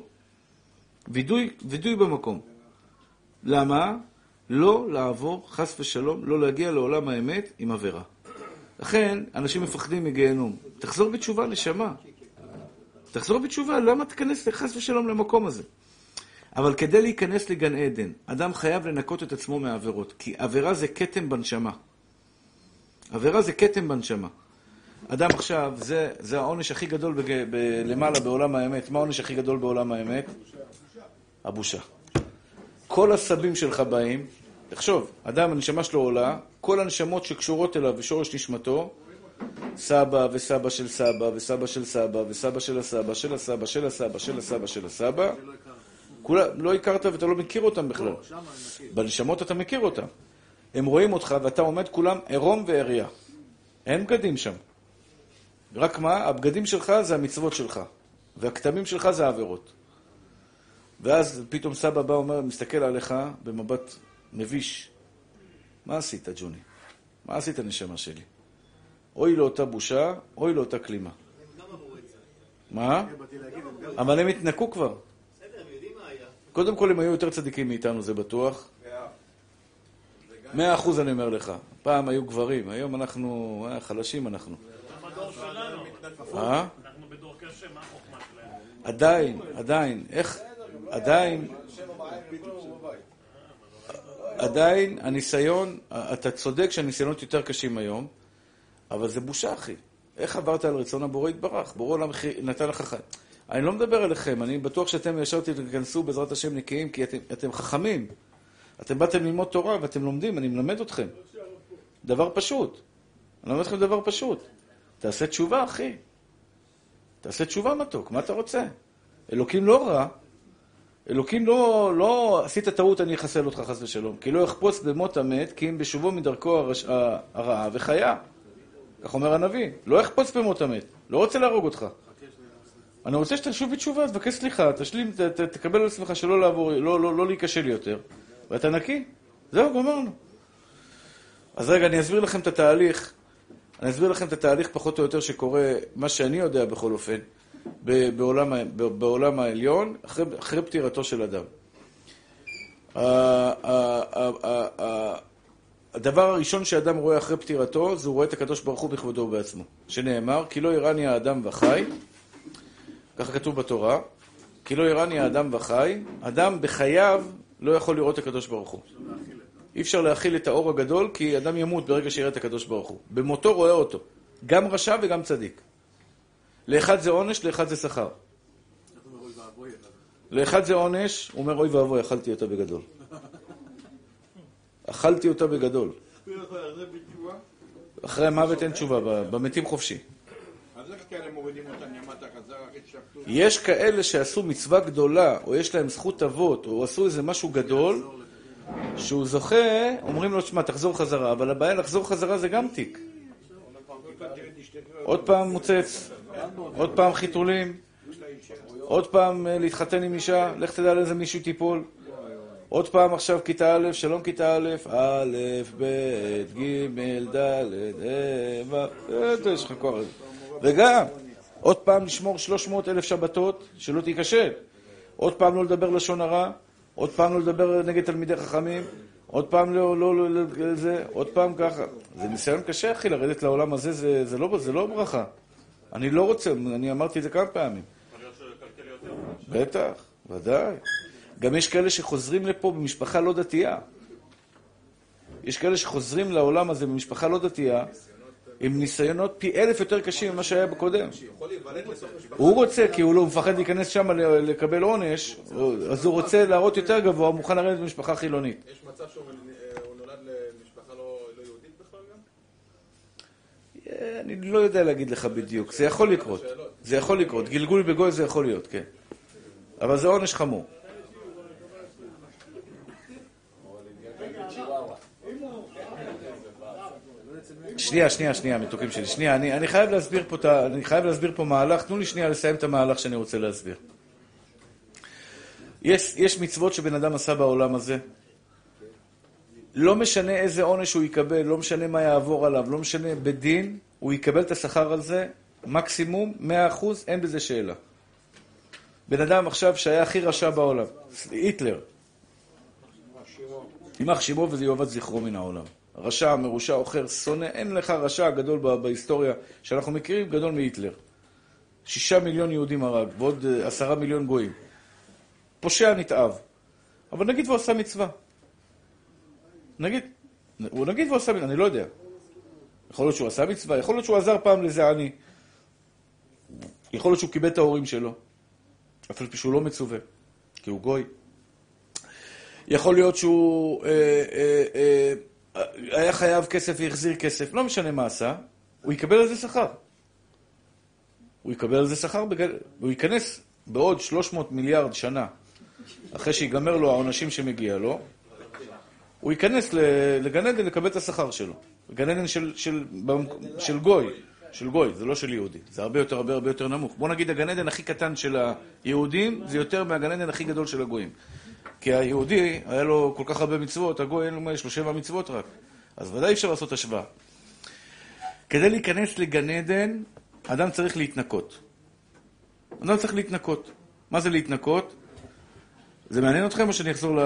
וידוי במקום. למה? לא לעבור, חס ושלום, לא להגיע לעולם האמת עם עבירה. לכן, אנשים מפחדים מגיהנום. תחזור בתשובה, נשמה. תחזור בתשובה, למה תכנס חס ושלום למקום הזה? אבל כדי להיכנס לגן עדן, אדם חייב לנקות את עצמו מהעבירות, כי עבירה זה כתם בנשמה. עבירה זה כתם בנשמה. אדם עכשיו, זה העונש הכי גדול למעלה בעולם האמת. מה העונש הכי גדול בעולם האמת? הבושה. כל הסבים שלך באים, תחשוב, אדם, הנשמה שלו עולה, כל הנשמות שקשורות אליו ושורש נשמתו, סבא וסבא של סבא וסבא של סבא וסבא של הסבא של הסבא של הסבא של הסבא של הסבא, לא הכרת ואתה לא מכיר אותם בכלל. בנשמות אתה מכיר אותם. הם רואים אותך ואתה עומד כולם עירום ועריה. אין בגדים שם. רק מה? הבגדים שלך זה המצוות שלך. והכתמים שלך זה העבירות. ואז פתאום סבא בא אומר, מסתכל עליך במבט מביש. מה עשית, ג'וני? מה עשית, נשמה שלי? אוי לאותה בושה, אוי לאותה כלימה. מה? אבל הם התנקו כבר. קודם כל הם היו יותר צדיקים מאיתנו, זה בטוח. 100% אני אומר לך. פעם היו גברים, היום אנחנו חלשים אנחנו. בדור שלנו. אנחנו בדור קשה, מה החוכמה שלהם? עדיין, איך? עדיין הניסיון, אתה צודק שהניסיונות יותר קשים היום, אבל זה בושה, אחי. איך עברת על רצון הבורא יתברך? בורא עולם נתן לך חיים. אני לא מדבר עליכם, אני בטוח שאתם ישר תיכנסו בעזרת השם נקיים, כי אתם חכמים. אתם באתם ללמוד תורה ואתם לומדים, אני מלמד אתכם. דבר פשוט. אני לומד אתכם דבר פשוט. תעשה תשובה, אחי. תעשה תשובה מתוק, מה אתה רוצה? אלוקים לא רע. אלוקים לא עשית טעות, אני אחסל אותך חס ושלום. כי לא יחפוץ במות המת, כי אם בשובו מדרכו הרעה וחיה. כך אומר הנביא. לא יחפוץ במות המת. לא רוצה להרוג אותך. אני רוצה שתשוב בתשובה, תבקש סליחה, תשלים, תקבל על עצמך שלא לעבור, לא להיקשל יותר. ואתה נקי. זהו, גמרנו. אז רגע, אני אסביר לכם את התהליך פחות או יותר שקורה, מה שאני יודע בכל אופן, בעולם העליון, אחרי פטירתו של אדם. הדבר הראשון שאדם רואה אחרי פטירתו, זה הוא רואה את הקדוש ברוך הוא בכבודו ובעצמו. שנאמר, כי לא יראני האדם וחי, ככה כתוב בתורה, כי לא יראני האדם וחי, אדם בחייו לא יכול לראות את הקדוש ברוך הוא. אי אפשר להכיל את האור הגדול, כי אדם ימות ברגע שיראה את הקדוש ברוך הוא. במותו רואה אותו, גם רשע וגם צדיק. לאחד זה עונש, לאחד זה שכר. לאחד זה עונש, הוא אומר, אוי ואבוי, אכלתי אותה בגדול. אכלתי אותה בגדול. אחרי המוות אין תשובה, במתים חופשי. אז איך כאלה מורידים אותם ימת החזר אחרי ששפטו? יש כאלה שעשו מצווה גדולה, או יש להם זכות אבות, או עשו איזה משהו גדול, שהוא זוכה, אומרים לו, תשמע, תחזור חזרה, אבל הבעיה לחזור חזרה זה גם תיק. עוד פעם מוצץ, עוד פעם חיתולים, עוד פעם להתחתן עם אישה, לך תדע על איזה מישהו טיפול. עוד פעם עכשיו כיתה א', שלום כיתה א', א', ב', ג', ד', יש לך כבר. וגם, עוד פעם לשמור 300,000 שבתות, שלא תיכשל. עוד פעם לא לדבר לשון הרע, עוד פעם לא לדבר נגד תלמידי חכמים, עוד פעם זה, עוד פעם ככה. זה ניסיון קשה, אחי, לרדת לעולם הזה, זה לא ברכה. אני לא רוצה, אני אמרתי את זה כמה פעמים. בטח, ודאי. גם יש כאלה שחוזרים לפה במשפחה לא דתייה. יש כאלה שחוזרים לעולם הזה במשפחה לא דתייה, עם ניסיונות פי 1000 יותר קשים ממה שהיה בקודם. הוא רוצה, כי הוא לא מפחד להיכנס שם לקבל עונש, אז הוא רוצה להראות יותר גבוה, הוא מוכן לרדת במשפחה חילונית. יש מצב שהוא נולד למשפחה לא יהודית בכלל גם? אני לא יודע להגיד לך בדיוק, זה יכול לקרות. זה יכול לקרות, גלגול בגוי זה יכול להיות, כן. אבל זה עונש חמור. שנייה, מתוקים שלי. שנייה, אני חייב להסביר פה מהלך. תנו לי שנייה לסיים את המהלך שאני רוצה להסביר. יש מצוות שבן אדם עשה בעולם הזה. לא משנה איזה עונש הוא יקבל, לא משנה מה יעבור עליו, לא משנה בדין, הוא יקבל את השכר על זה, מקסימום, 100%, אין בזה שאלה. בן אדם עכשיו שהיה הכי רשע בעולם, היטלר. יימח שמו וזה יאבד זכרו מן העולם. רשע, מרושע, אוכר, שונא, אין לך רשע גדול בהיסטוריה שאנחנו מכירים, גדול מהיטלר. 6 מיליון יהודים הרג, ועוד 10 מיליון גויים. פושע נתאב. אבל נגיד והוא עשה מצווה. נגיד והוא עשה מצווה, אני לא יודע. יכול להיות שהוא עשה מצווה, יכול להיות שהוא עזר פעם לזה עני. יכול להיות שהוא קיבל את ההורים שלו. אפילו שהוא לא מצווה, כי הוא גוי. יכול להיות שהוא היה חייב כסף והחזיר כסף, לא משנה מה עשה, הוא יקבל על זה שכר. הוא יקבל על זה שכר, הוא ייכנס בעוד 300 מיליארד שנה, אחרי שיגמר לו העונשים שמגיע לו, הוא ייכנס לגן עדן לקבל את השכר שלו. גן עדן של גוי. של גוי, זה לא של יהודי. זה הרבה יותר נמוך. בוא נגיד, הגן עדן הכי קטן של היהודים, זה יותר מהגן עדן הכי גדול של הגויים. כי היהודי, היה לו כל כך הרבה מצוות, הגוי אין לו מה, יש לו 7 מצוות רק. אז ודאי אפשר לעשות השוואה. כדי להיכנס לגן עדן, אדם צריך להתנקות. אדם צריך להתנקות. מה זה להתנקות? זה מעניין אתכם או שאני אחזור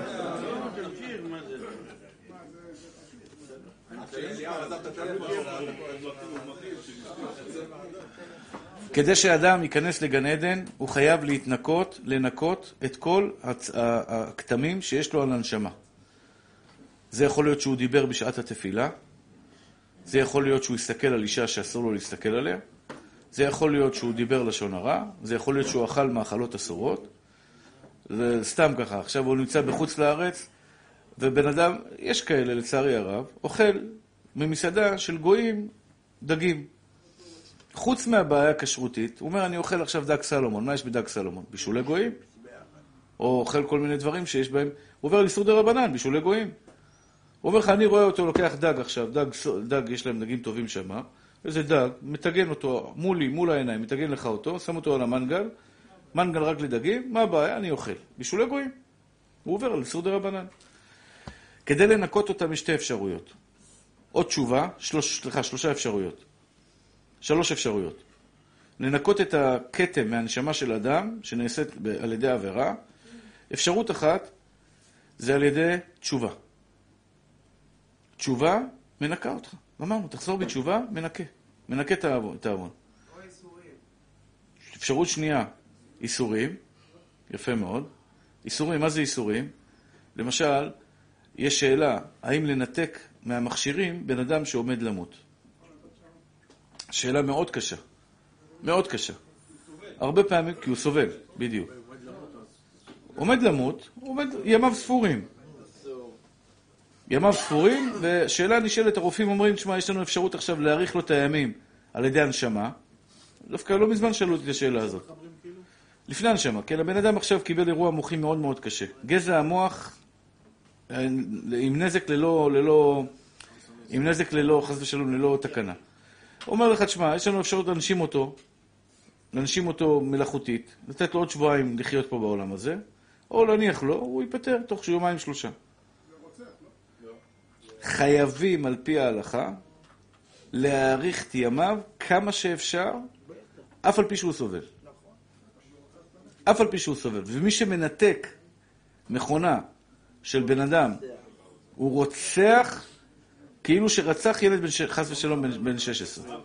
כדי שאדם ייכנס לגן עדן, הוא חייב לנקות את כל הכתמים שיש לו על הנשמה. זה יכול להיות שהוא דיבר בשעת התפילה, זה יכול להיות שהוא יסתכל על אישה שאסור לו להסתכל עליה, זה יכול להיות שהוא דיבר לשון הרע, זה יכול להיות שהוא אכל מאכלות אסורות, זה סתם ככה. עכשיו הוא נמצא בחוץ לארץ, ובן אדם, יש כאלה לצערי הרב, אוכל ממסעדה של גויים דגים. חוץ מהבעיה הכשרותית, הוא אומר, אני אוכל עכשיו דג סלומון. מה יש בדג סלומון? בישולי גויים? או אוכל כל מיני דברים שיש בהם. הוא עובר לאיסור דרבנן, בישולי גויים. הוא אומר לך, אני רואה אותו, לוקח דג עכשיו, דג יש להם דגים טובים שם, איזה דג, מתגן אותו מול העיניים, מתגן לך אותו, שם אותו על המנגל, מנגל רק לדגים, מה הבעיה? אני אוכל. בישולי גויים. הוא עובר לאיסור דרבנן. כדי לנקות אותם יש 2 אפשרויות. או תשובה, 3 אפשרויות. 3 אפשרויות. לנקות את הכתם מהנשמה של אדם, שנעשית על ידי עבירה. אפשרות אחת, זה על ידי תשובה. תשובה, מנקה אותך. אמרנו, תחזור בתשובה, מנקה את העוון. או איסורים. אפשרות שנייה, איסורים, יפה מאוד. איסורים, מה זה איסורים? למשל, יש שאלה, האם לנתק מהמכשירים בן אדם שעומד למות? שאלה מאוד קשה. מאוד קשה. הרבה פעמים, כי הוא סובל, בדיוק. עומד למות, ימיו ספורים. ימיו ספורים, ושאלה נשאלת, הרופאים אומרים, תשמע, יש לנו אפשרות עכשיו להאריך לו את הימים על ידי הנשמה. דווקא לא מזמן שאלו אותי את השאלה הזאת. לפני הנשמה, כן, הבן אדם עכשיו קיבל אירוע מוחי מאוד מאוד קשה. גזע המוח, עם נזק ללא, חס ושלום, ללא תקנה. אומר לך, תשמע, יש לנו אפשרות להנשים אותו מלאכותית, לתת לו עוד שבועיים לחיות פה בעולם הזה, או להניח לו, הוא ייפטר תוך 2-3 ימים. חייבים על פי ההלכה להאריך את ימיו כמה שאפשר, אף על פי שהוא סובל. אף על פי שהוא סובל. ומי שמנתק מכונה של בן אדם, הוא רוצח כאילו שרצח ילד חס ושלום בן 16.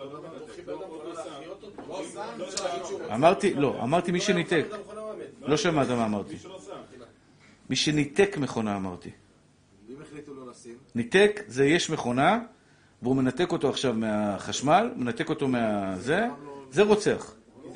אמרתי מי שניתק. לא שמעת מה אמרתי. מי שניתק מכונה אמרתי. ניתק זה יש מכונה, והוא מנתק אותו עכשיו מהחשמל, מנתק אותו מהזה, זה רוצח.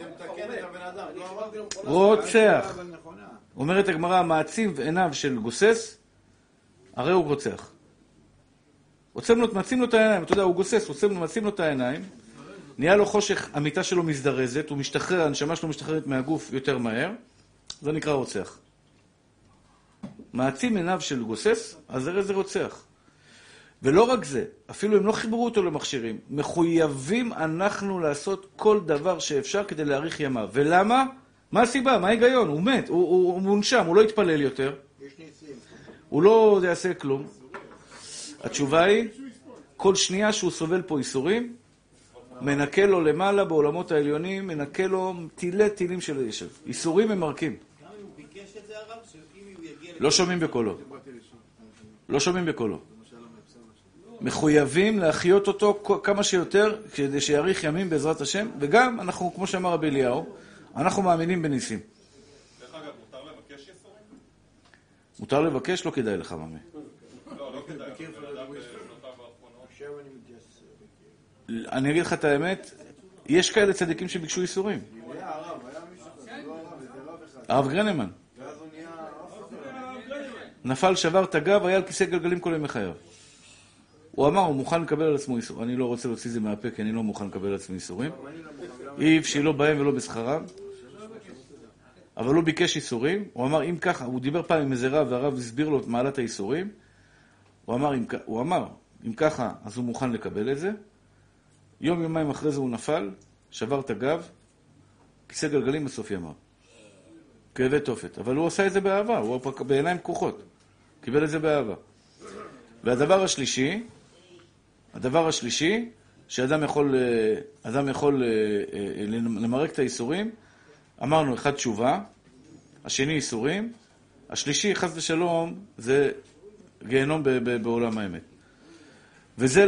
רוצח. אומרת הגמרא, מעצים עיניו של גוסס, הרי הוא רוצח. מעצים לו את העיניים, אתה יודע, הוא גוסס, מעצים לו את העיניים, נהיה לו חושך, המיטה שלו מזדרזת, הוא משתחרר, הנשמה שלו משתחררת מהגוף יותר מהר, זה נקרא רוצח. מעצים עיניו של גוסס, אז הרי זה רוצח. ולא רק זה, אפילו אם לא חיברו אותו למכשירים, מחויבים אנחנו לעשות כל דבר שאפשר כדי להאריך ימיו. ולמה? מה הסיבה? מה ההיגיון? הוא מת, הוא מונשם, הוא לא יתפלל יותר. הוא לא יעשה כלום. התשובה היא, כל שנייה שהוא סובל פה איסורים, מנקה לו למעלה בעולמות העליונים, מנקה לו טילים של ישב. איסורים ממרקים. גם אם הוא ביקש את זה הרב, שאם הוא יגיע... לא שומעים בקולו. לא שומעים בקולו. מחויבים להחיות אותו כמה שיותר כדי שיאריך ימים בעזרת השם, וגם אנחנו, כמו שאמר רבי אליהו, אנחנו מאמינים בניסים. דרך אגב, מותר לבקש איסורים? מותר לבקש? לא כדאי לך, ממי. לא כדאי. אני אגיד לך את האמת, יש כאלה צדיקים שביקשו איסורים. הרב גרנמן. נפל, שבר את הגב, היה על כיסא גלגלים כל ימי חייו. הוא אמר, הוא מוכן לקבל על עצמו איסור. אני לא רוצה להוציא זה מהפה, כי אני לא מוכן לקבל על עצמי איסורים. איף שהיא לא בהם ולא בשכרם. אבל הוא ביקש איסורים. הוא אמר, אם ככה, הוא דיבר פעם עם איזה רב, והרב הסביר לו את מעלת האיסורים. הוא אמר, אם ככה, אז הוא מוכן לקבל את זה. יומיים אחרי זה הוא נפל, שבר את הגב, כיסא גלגלים בסוף ימיו. כאבי תופת. אבל הוא עשה את זה באהבה, הוא בעיניים פקוחות. קיבל את זה באהבה. והדבר השלישי, שאדם יכול למרק את האיסורים, אמרנו, אחד תשובה, השני איסורים, השלישי, חס ושלום, זה גיהנום בעולם האמת. וזה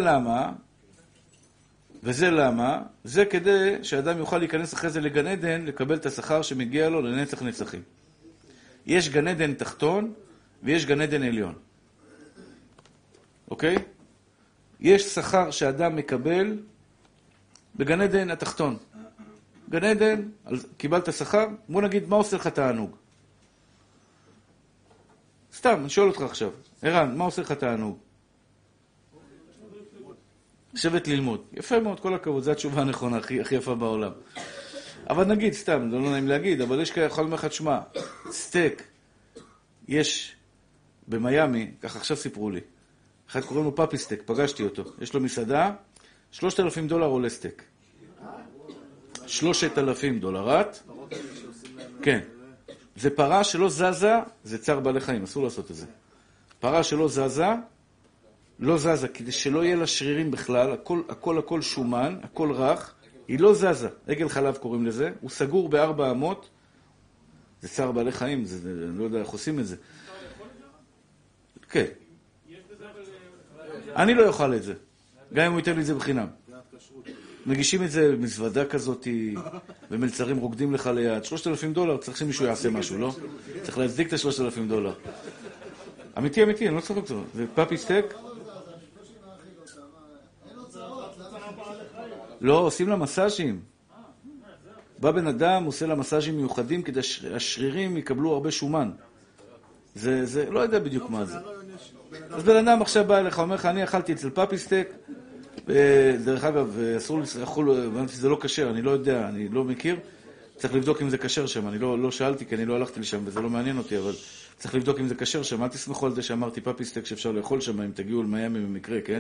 למה? זה כדי שאדם יוכל להיכנס אחרי זה לגן עדן, לקבל את השכר שמגיע לו לנצח נצחים. יש גן עדן תחתון ויש גן עדן עליון. אוקיי? יש שכר שאדם מקבל בגן עדן התחתון. גן עדן, קיבלת שכר, בוא נגיד, מה עושה לך תענוג? סתם, אני שואל אותך עכשיו. ערן, מה עושה לך תענוג? לשבת ללמוד. יפה מאוד, כל הכבוד, זו התשובה הנכונה, הכי יפה בעולם. אבל נגיד, סתם, לא נעים להגיד, אבל יש כאלה, יכול לך תשמע, סטייק, יש במיימי, ככה עכשיו סיפרו לי, אחד קוראים לו פאפי סטייק, פגשתי אותו, יש לו מסעדה, $3,000 עולה סטייק. $3,000, כן. זה פרה שלא זזה, זה צער בעלי חיים, אסור לעשות את זה. פרה שלא זזה, כדי שלא יהיה לה שרירים בכלל, הכל שומן, הכל רך, היא לא זזה. עגל חלב קוראים לזה, הוא סגור ב4 אמות, זה צער בעלי חיים, אני לא יודע איך עושים את זה. כן. אני לא אוכל את זה, גם אם הוא ייתן לי את זה בחינם. מגישים את זה במזוודה כזאת, ומלצרים רוקדים לך ליד. $3,000, צריך שמישהו יעשה משהו, לא? צריך להצדיק את $3,000. אמיתי, אני לא צוחק טוב. ופאפי סטייק? לא, עושים לה מסאז'ים. בא בן אדם, עושה לה מסאז'ים מיוחדים כדי שהשרירים יקבלו הרבה שומן. זה לא יודע בדיוק מה זה. אז בן אדם עכשיו בא אליך, אומר לך, אני אכלתי אצל פאפי סטייק, דרך אגב, אסור לאכול, הבנתי שזה לא כשר, אני לא יודע, אני לא מכיר, צריך לבדוק אם זה כשר שם, אני לא שאלתי כי אני לא הלכתי לשם וזה לא מעניין אותי, אבל צריך לבדוק אם זה כשר שם, אל תסמכו על זה שאמרתי פאפי סטייק שאפשר לאכול שם, אם תגיעו למיימי במקרה, כן?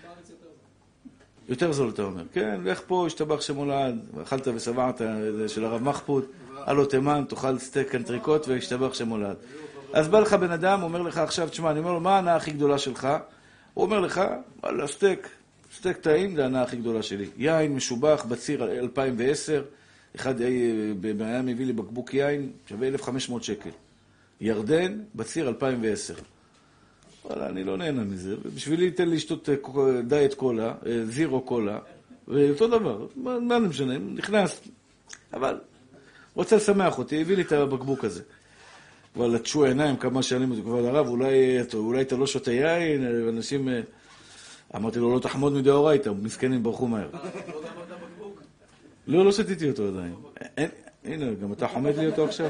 יותר זול אתה אומר, כן, לך פה, השתבח שמולד, אכלת ושבעת של הרב מחפוד, הלו תימן, תאכל סטייק אנטריקוט והשתבח שמולד. אז בא לך בן אדם, אומר לך עכשיו, תשמע, אני אומר לו, מה ההנאה הכי גדולה שלך? הוא אומר לך, וואלה, סטייק טעים, זה ההנאה הכי גדולה שלי. יין משובח בציר 2010, אחד במיימי הביא לי בקבוק יין, שווה 1,500 שקל. ירדן, בציר 2010. וואלה, אני לא נהנה מזה. בשבילי תן לי לשתות דיאט קולה, זירו קולה, ואותו דבר. מה אני משנה? נכנס. אבל רוצה לשמח אותי, הביא לי את הבקבוק הזה. וואלה, תשו עיניים כמה שנים אותי, כבוד הרב, אולי אתה לא שותה יין, אנשים... אמרתי לו, לא תחמוד מדאורייתא, מסכנים ברחו מהר. לא שתיתי אותו עדיין. הנה, גם אתה חומד לי אותו עכשיו?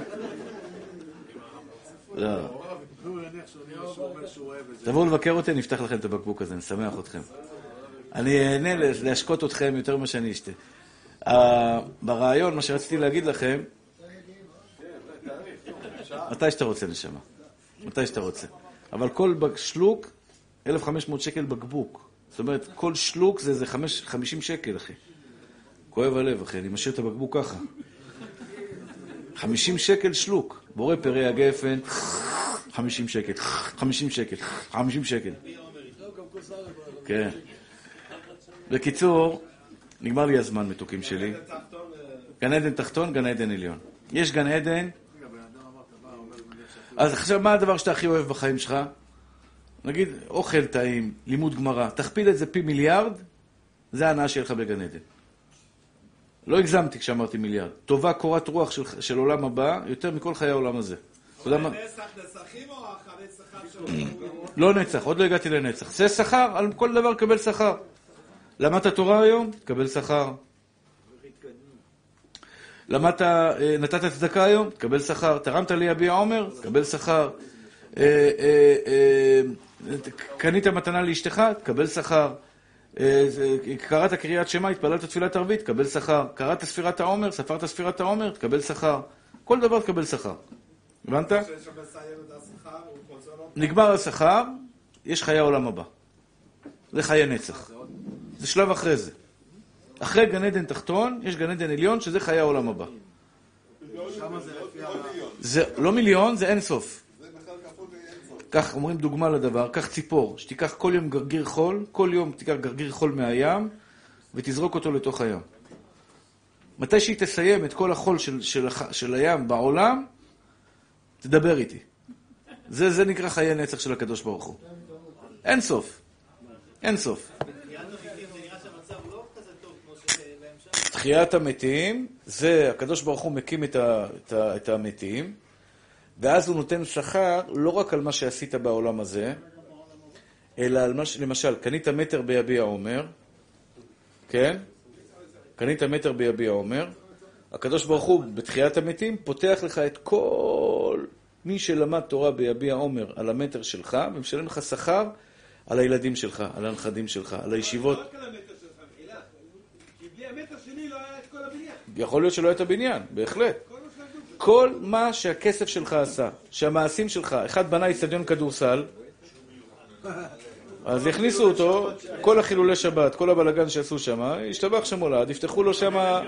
לא. תבואו לבקר אותי, אני אפתח לכם את הבקבוק הזה, אני שמח אתכם. אני אהנה להשקות אתכם יותר ממה שאני אשתה. ברעיון, מה שרציתי להגיד לכם, מתי שאתה רוצה נשמה. מתי שאתה רוצה. אבל כל שלוק, 1,500 שקל בקבוק. זאת אומרת, כל שלוק זה 50 שקל, אחי. כואב הלב, אחי, אני משאיר את הבקבוק ככה. 50 שקל שלוק. בורא פרי הגפן, 50 שקל, 50 שקל, 50 שקל. כן. בקיצור, נגמר לי הזמן, מתוקים שלי. גן עדן תחתון, גן עדן עליון. יש גן עדן. אז עכשיו, מה הדבר שאתה הכי אוהב בחיים שלך? נגיד, אוכל טעים, לימוד גמרא. תכפיל את זה פי מיליארד, זה ההנאה שלך בגן עדן. לא הגזמתי כשאמרתי מיליארד. טובה קורת רוח של עולם הבא, יותר מכל חיי העולם הזה. נצחים או אחרי שכר שלו? לא נצח, עוד לא הגעתי לנצח. זה שכר, על כל דבר קבל שכר. למדת תורה היום? קבל שכר. למדת, נתת צדקה היום? קבל שכר. תרמת לי יביע עומר? קבל שכר. קנית מתנה לאשתך? קבל שכר. קראת קריאת שמע, התפללת תפילת ערבית, קבל שכר. קראת ספירת העומר, ספרת ספירת העומר, קבל שכר. כל דבר קבל שכר. הבנת? נגמר השכר, יש חיי העולם הבא. זה חיי נצח. זה שלב אחרי זה. אחרי גן עדן תחתון, יש גן עדן עליון, שזה חיי העולם הבא. זה לא מיליון, זה אין סוף. כך אומרים דוגמה לדבר, קח ציפור, שתיקח כל יום גרגיר חול, כל יום תיקח גרגיר חול מהים, ותזרוק אותו לתוך הים. מתי שהיא תסיים את כל החול של הים בעולם, תדבר איתי. זה נקרא חיי נצח של הקדוש ברוך הוא. אין סוף. אין סוף. תחיית המתים, זה הקדוש ברוך הוא מקים את המתים, ואז הוא נותן שכר לא רק על מה שעשית בעולם הזה, אלא על מה למשל, קנית מטר ביביע עומר, כן? קנית מטר ביביע עומר, הקדוש ברוך הוא בתחיית המתים פותח לך את כל מי שלמד תורה ביביע עומר על המטר שלך, ומשלם לך שכר על הילדים שלך, על הנכדים שלך, על הישיבות. כי בלי המטר שלי לא היה את כל הבניין. יכול להיות שלא היה את הבניין, בהחלט. כל מה שהכסף שלך עשה, שהמעשים שלך, אחד בנה אצטדיון כדורסל, אז יכניסו אותו, כל החילולי שבת, כל הבלגן שעשו שם, ישתבח שמולד, יפתחו לו שם...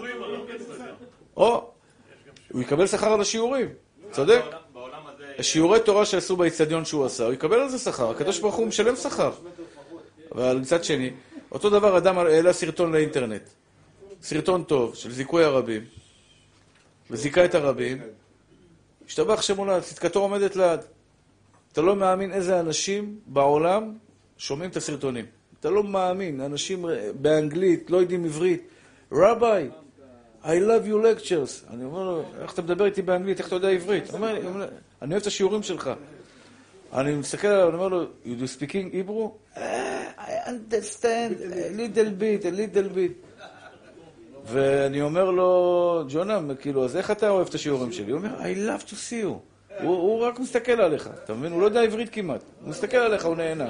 או, הוא יקבל שכר על השיעורים, צודק? השיעורי תורה שעשו באצטדיון שהוא עשה, הוא יקבל על זה שכר, הקדוש ברוך הוא משלם שכר. אבל מצד שני, אותו דבר אדם העלה סרטון לאינטרנט, סרטון טוב של זיכוי הרבים, וזיקה את הרבים, השתבח שמולד, צדקתו עומדת לעד. אתה לא מאמין איזה אנשים בעולם שומעים את הסרטונים. אתה לא מאמין, אנשים באנגלית, לא יודעים עברית. רבי, I love you lectures. אני אומר לו, איך אתה מדבר איתי באנגלית, איך אתה יודע עברית? הוא אומר, אני אוהב את השיעורים שלך. אני מסתכל עליו, אני אומר לו, you do speaking Hebrew? I understand a little bit. ואני אומר לו, ג'ונה, כאילו, אז איך אתה אוהב את השיעורים שלי? הוא אומר, I love to see you. הוא רק מסתכל עליך, אתה מבין? הוא לא יודע עברית כמעט. הוא מסתכל עליך, הוא נהנה.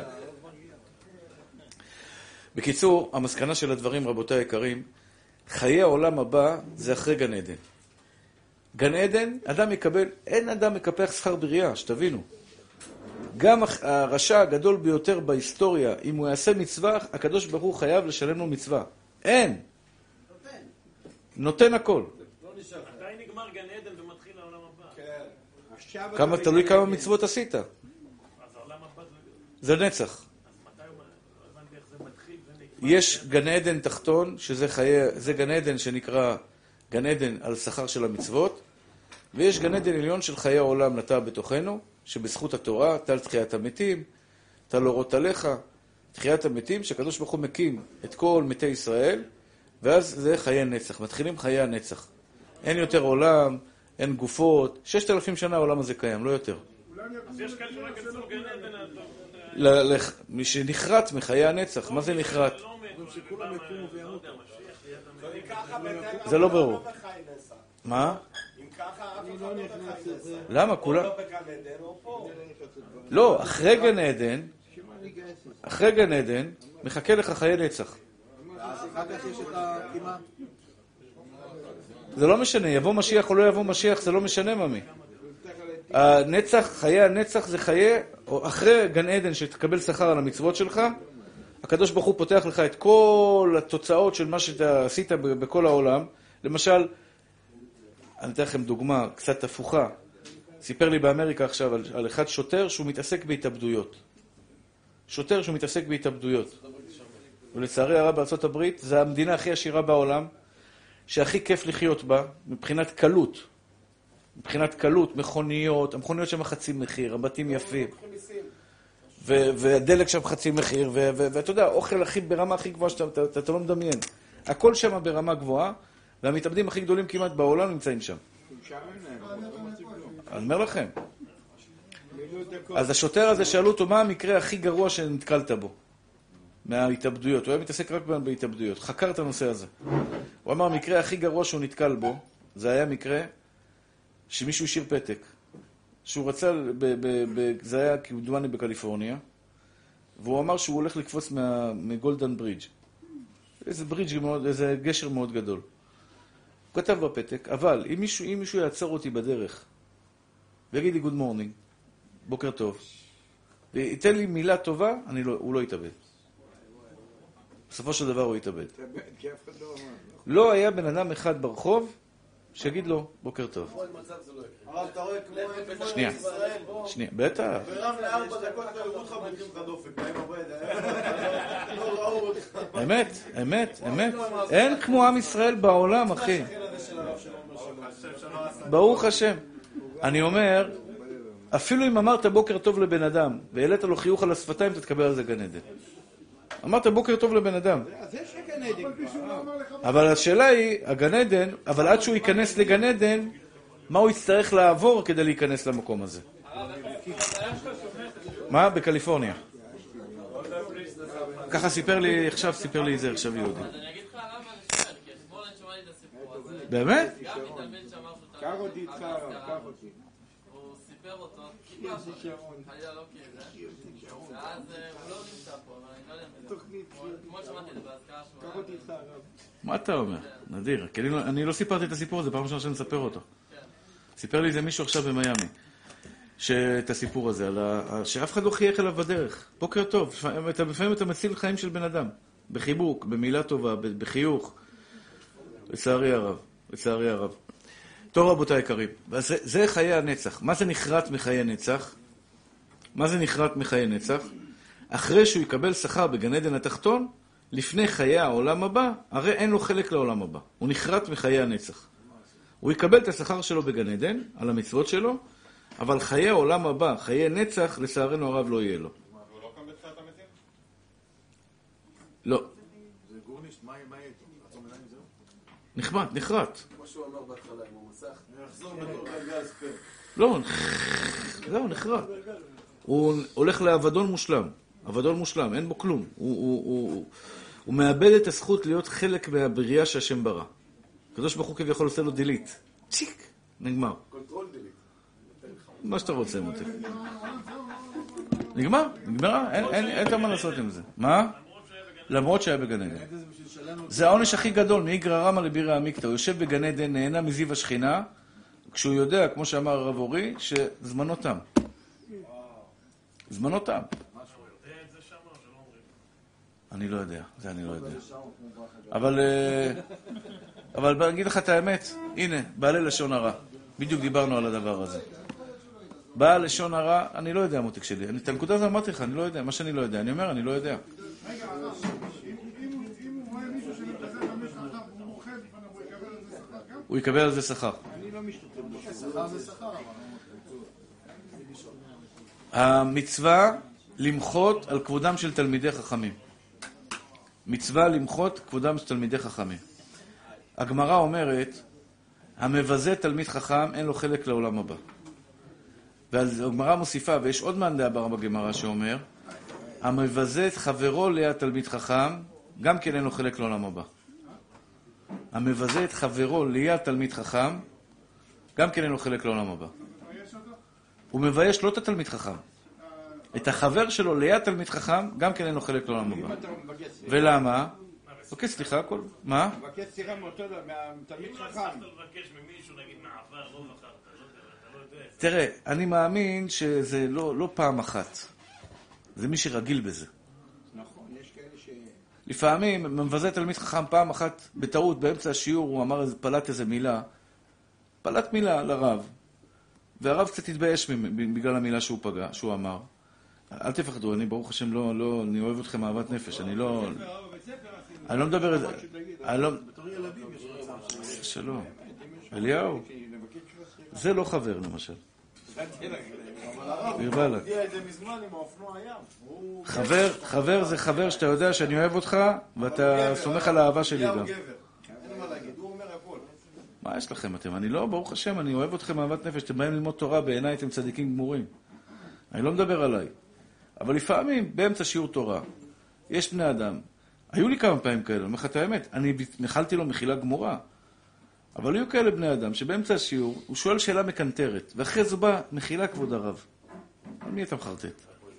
בקיצור, המסקנה של הדברים, רבותיי היקרים, חיי העולם הבא זה אחרי גן עדן. גן עדן, אדם יקבל, אין אדם מקפח שכר בריאה, שתבינו. גם הרשע הגדול ביותר בהיסטוריה, אם הוא יעשה מצווה, הקדוש ברוך הוא חייב לשלם לו מצווה. אין. נותן הכל. מתי נגמר גן עדן ומתחיל העולם הבא? כמה תלוי כמה מצוות עשית. אז העולם הבא זה נצח. אז מתי הוא... לא הבנתי איך זה מתחיל ונגמר. יש גן עדן תחתון, זה גן עדן שנקרא גן עדן על שכר של המצוות, ויש גן עדן עליון של חיי העולם נטע בתוכנו, שבזכות התורה, טל תחיית המתים, טל אורות עליך, תחיית המתים, שהקדוש ברוך הוא מקים את כל מתי ישראל, ואז זה חיי נצח, מתחילים חיי הנצח. אין יותר עולם, אין גופות, 6,000 שנה העולם הזה קיים, לא יותר. אז יש כאלה שלא יקצרו גן עדן, מי שנחרט מחיי הנצח, מה זה נחרט? זה לא ברור. מה? אם ככה אף אחד לא בחיים נצח. למה? כולם? לא בגן עדן או פה. לא, אחרי גן עדן, מחכה לך חיי נצח. אז אחר כך יש את הכמעט. זה לא משנה, יבוא משיח או לא יבוא משיח, זה לא משנה ממי. הנצח, חיי הנצח זה חיי, או אחרי גן עדן שתקבל שכר על המצוות שלך, הקדוש ברוך הוא פותח לך את כל התוצאות של מה שאתה עשית בכל העולם. למשל, אני אתן לכם דוגמה קצת הפוכה. סיפר לי באמריקה עכשיו על אחד שוטר שהוא מתעסק בהתאבדויות. שוטר שהוא מתעסק בהתאבדויות. ולצערי הרב בארצות הברית, זה המדינה הכי עשירה בעולם, שהכי כיף לחיות בה, מבחינת קלות. מבחינת קלות, מכוניות, המכוניות שם חצי מחיר, הבתים יפים. והדלק שם חצי מחיר, ואתה יודע, אוכל הכי ברמה הכי גבוהה שאתה לא מדמיין. הכל שם ברמה גבוהה, והמתאבדים הכי גדולים כמעט בעולם נמצאים שם. אני אומר לכם. אז השוטר הזה שאלו אותו, מה המקרה הכי גרוע שנתקלת בו? מההתאבדויות. הוא היה מתעסק רק בהתאבדויות. חקר את הנושא הזה. הוא אמר, המקרה הכי גרוע שהוא נתקל בו, זה היה מקרה שמישהו השאיר פתק. שהוא רצה, זה היה כמדומני בקליפורניה, והוא אמר שהוא הולך לקפוץ מגולדן ברידג'. איזה גשר מאוד גדול. הוא כתב בפתק, אבל אם מישהו יעצור אותי בדרך, ויגיד לי גוד מורנינג, בוקר טוב, ויתן לי מילה טובה, הוא לא יתאבד. בסופו של דבר הוא יתאבד. לא היה בן אדם אחד ברחוב שיגיד לו בוקר טוב. אבל אתה רואה כמו... שנייה, בטח. ברם ל4 דקות תראו אותך בודקים לך דופק. לא ראו אותך. אמת. אין כמו עם ישראל בעולם, אחי. ברוך השם. אני אומר, אפילו אם אמרת בוקר טוב לבן אדם, והעלית לו חיוך על השפתיים, אתה תקבל על זה גן עדן. אמרת בוקר טוב לבן אדם. אז יש גן עדן. אבל השאלה היא, הגן עדן, אבל עד שהוא ייכנס לגן עדן, מה הוא יצטרך לעבור כדי להיכנס למקום הזה? מה? בקליפורניה. ככה סיפר לי את זה עכשיו יהודי. אז אני אגיד לך למה אני שואל, כי אתמול אני שמעתי את הסיפור הזה. באמת? גם מתאבד שאמר שהוא קח אותי איתך, קח אותי. הוא סיפר אותו, חלילה לא כזה, ואז הוא לא נמצא פה, אבל אני לא יודע, אתמול שמעתי את זה בהזכרה שהוא... קח אותי איתך, הרב. מה אתה אומר? נדיר. כי אני לא סיפרתי את הסיפור הזה, פעם ראשונה שאני מספר אותו. סיפר לי איזה מישהו עכשיו במיימי, את הסיפור הזה, שאף אחד לא חייך אליו בדרך. בוקר טוב, לפעמים אתה מציל חיים של בן אדם, בחיבוק, במילה טובה, בחיוך. לצערי הרב. טוב רבותיי היקרים, זה חיי הנצח. מה זה נחרט מחיי נצח? אחרי שהוא יקבל שכר בגן עדן התחתון, לפני חיי העולם הבא, הרי אין לו חלק לעולם הבא. הוא נחרט מחיי הנצח. הוא יקבל את השכר שלו בגן עדן, על המצוות שלו, אבל חיי העולם הבא, חיי נצח, לצערנו הרב לא יהיה לו. הוא לא קם בתחיית המתים? לא. זה גורנישט, מה יהיה איתו? עצום עיניים זהו? נחמד, נחרט. כמו שהוא אמר בהתחלה, עם המסך. נחזור בתור גלגל ספר. לא, זהו, נחרט. הוא הולך לאבדון מושלם. אבדון מושלם, אין בו כלום. הוא מאבד את הזכות להיות חלק מהבריאה שהשם ברא. הקדוש ברוך הוא כביכול עושה לו דילית. צ'יק, נגמר. קונטרול דילית. מה שאתה רוצה, מותי. נגמר, נגמרה, אין מה לעשות עם זה. מה? למרות שהיה בגן עדן. זה העונש הכי גדול, מאיגרא רמא לבירא עמיקתא. הוא יושב בגן עדן, נהנה מזיו השכינה, כשהוא יודע, כמו שאמר הרב אורי, שזמנו תם. זמנו תם. אני לא יודע, זה אני לא יודע. אבל בוא נגיד לך את האמת, הנה, בעלי לשון הרע. בדיוק דיברנו על הדבר הזה. בעל לשון הרע, אני לא יודע המותק שלי. את הנקודה הזו אמרתי לך, אני לא יודע. מה שאני לא יודע, אני אומר, אני לא יודע. רגע, אם הוא רואה מישהו שמתחזר 5 חכם, הוא מוכר בפניו, הוא יקבל על זה שכר גם? הוא יקבל על זה שכר. אני לא משתתף בשכר. שכר זה שכר, אבל... המצווה למחות על כבודם של תלמידי חכמים. מצווה למחות כבודם של תלמידי חכמים. הגמרא אומרת, המבזה תלמיד חכם אין לו חלק לעולם הבא. והגמרא מוסיפה, ויש עוד מאן דאמר בגמרא שאומר, המבזה את חברו ליד תלמיד חכם, גם כן אין לו חלק לעולם הבא. המבזה את חברו ליד תלמיד חכם, גם כן אין לו חלק לעולם הבא. הוא מבייש לא את התלמיד חכם. את החבר שלו ליד תלמיד חכם, גם כן אין לו חלק לעולם הבא. ולמה? אוקיי, סליחה, הכל. מה? מבקש סליחה מאותו מהתלמיד חכם. אם אתה לבקש ממישהו, נגיד, מעבר, לא זכרת, אתה לא יודע. תראה, אני מאמין שזה לא פעם אחת. זה מי שרגיל בזה. נכון, יש כאלה ש... לפעמים, מבזה תלמיד חכם פעם אחת, בטעות, באמצע השיעור, הוא אמר, פלט איזה מילה. פלט מילה לרב. והרב קצת התבייש בגלל המילה שהוא אמר. אל תפחדו, אני ברוך השם אני אוהב אתכם אהבת נפש, אני לא מדבר את זה. בתור ילדים יש מצב שלום. אליהו. זה לא חבר, למשל. אבל הרב, הוא הגיע את זה מזמן עם האופנוע הים. חבר זה חבר שאתה יודע שאני אוהב אותך, ואתה סומך על האהבה שלי גם. הוא גבר. אין מה להגיד, הוא אומר הכל. מה יש לכם אתם? אני לא, ברוך השם, אני אוהב אתכם אהבת נפש, אתם באים ללמוד תורה, בעיניי אתם צדיקים גמורים. אני לא מדבר עליי. אבל לפעמים, באמצע שיעור תורה, יש בני אדם. היו לי כמה פעמים כאלה, אני אומר לך את האמת, אני נחלתי לו מחילה גמורה. אבל היו כאלה בני אדם שבאמצע השיעור, הוא שואל שאלה מקנטרת, ואחרי זה בא, מחילה כבוד הרב. על מי אתה מחרטט?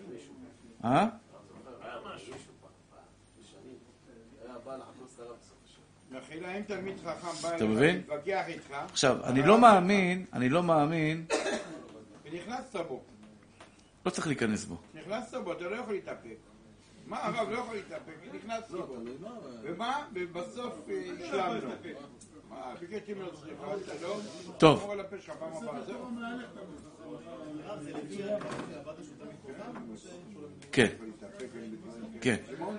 מחילה, אם תלמיד חכם בא אתה מבין? להתווכח איתך... עכשיו, אני לא מאמין... ונכנסת בו. לא צריך להיכנס בו. נכנסת בו, אתה לא יכול להתאפק. מה, הרב לא יכול להתאפק? נכנסת בו. ומה? ובסוף השלמנו. מה, ביקשתי ממנו סליחה, אתה לא? טוב. תמור על הפה שלך פעם הבאה, זהו? כן. כן.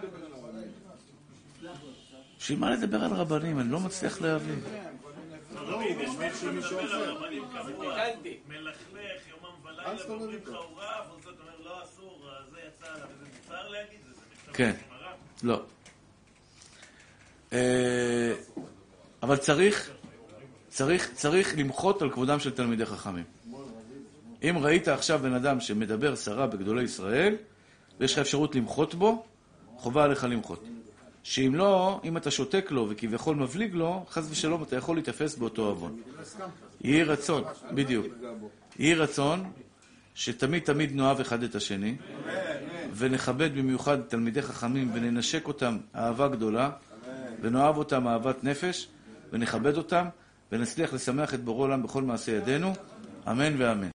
בשביל מה לדבר על רבנים? אני לא מצליח להבין. רבים, יש מישהו שמדבר על רבנים כמוה, מלכלך, יומם ולילה, ואומרים לך הוא רב, אז אתה אומר לא אסור, זה יצא עליו, וזה מותר להגיד, זה כן, לא. אבל צריך למחות על כבודם של תלמידי חכמים. אם ראית עכשיו בן אדם שמדבר סרה בגדולי ישראל, ויש לך אפשרות למחות בו, חובה עליך למחות. שאם לא, אם אתה שותק לו וכביכול מבליג לו, חס ושלום אתה יכול להתאפס באותו אבון. יהי רצון, בדיוק. יהי רצון שתמיד נאהב אחד את השני, ונכבד במיוחד תלמידי חכמים וננשק אותם אהבה גדולה, ונאהב אותם אהבת נפש, ונכבד אותם, ונצליח לשמח את בורא עולם בכל מעשה ידינו. אמן ואמן.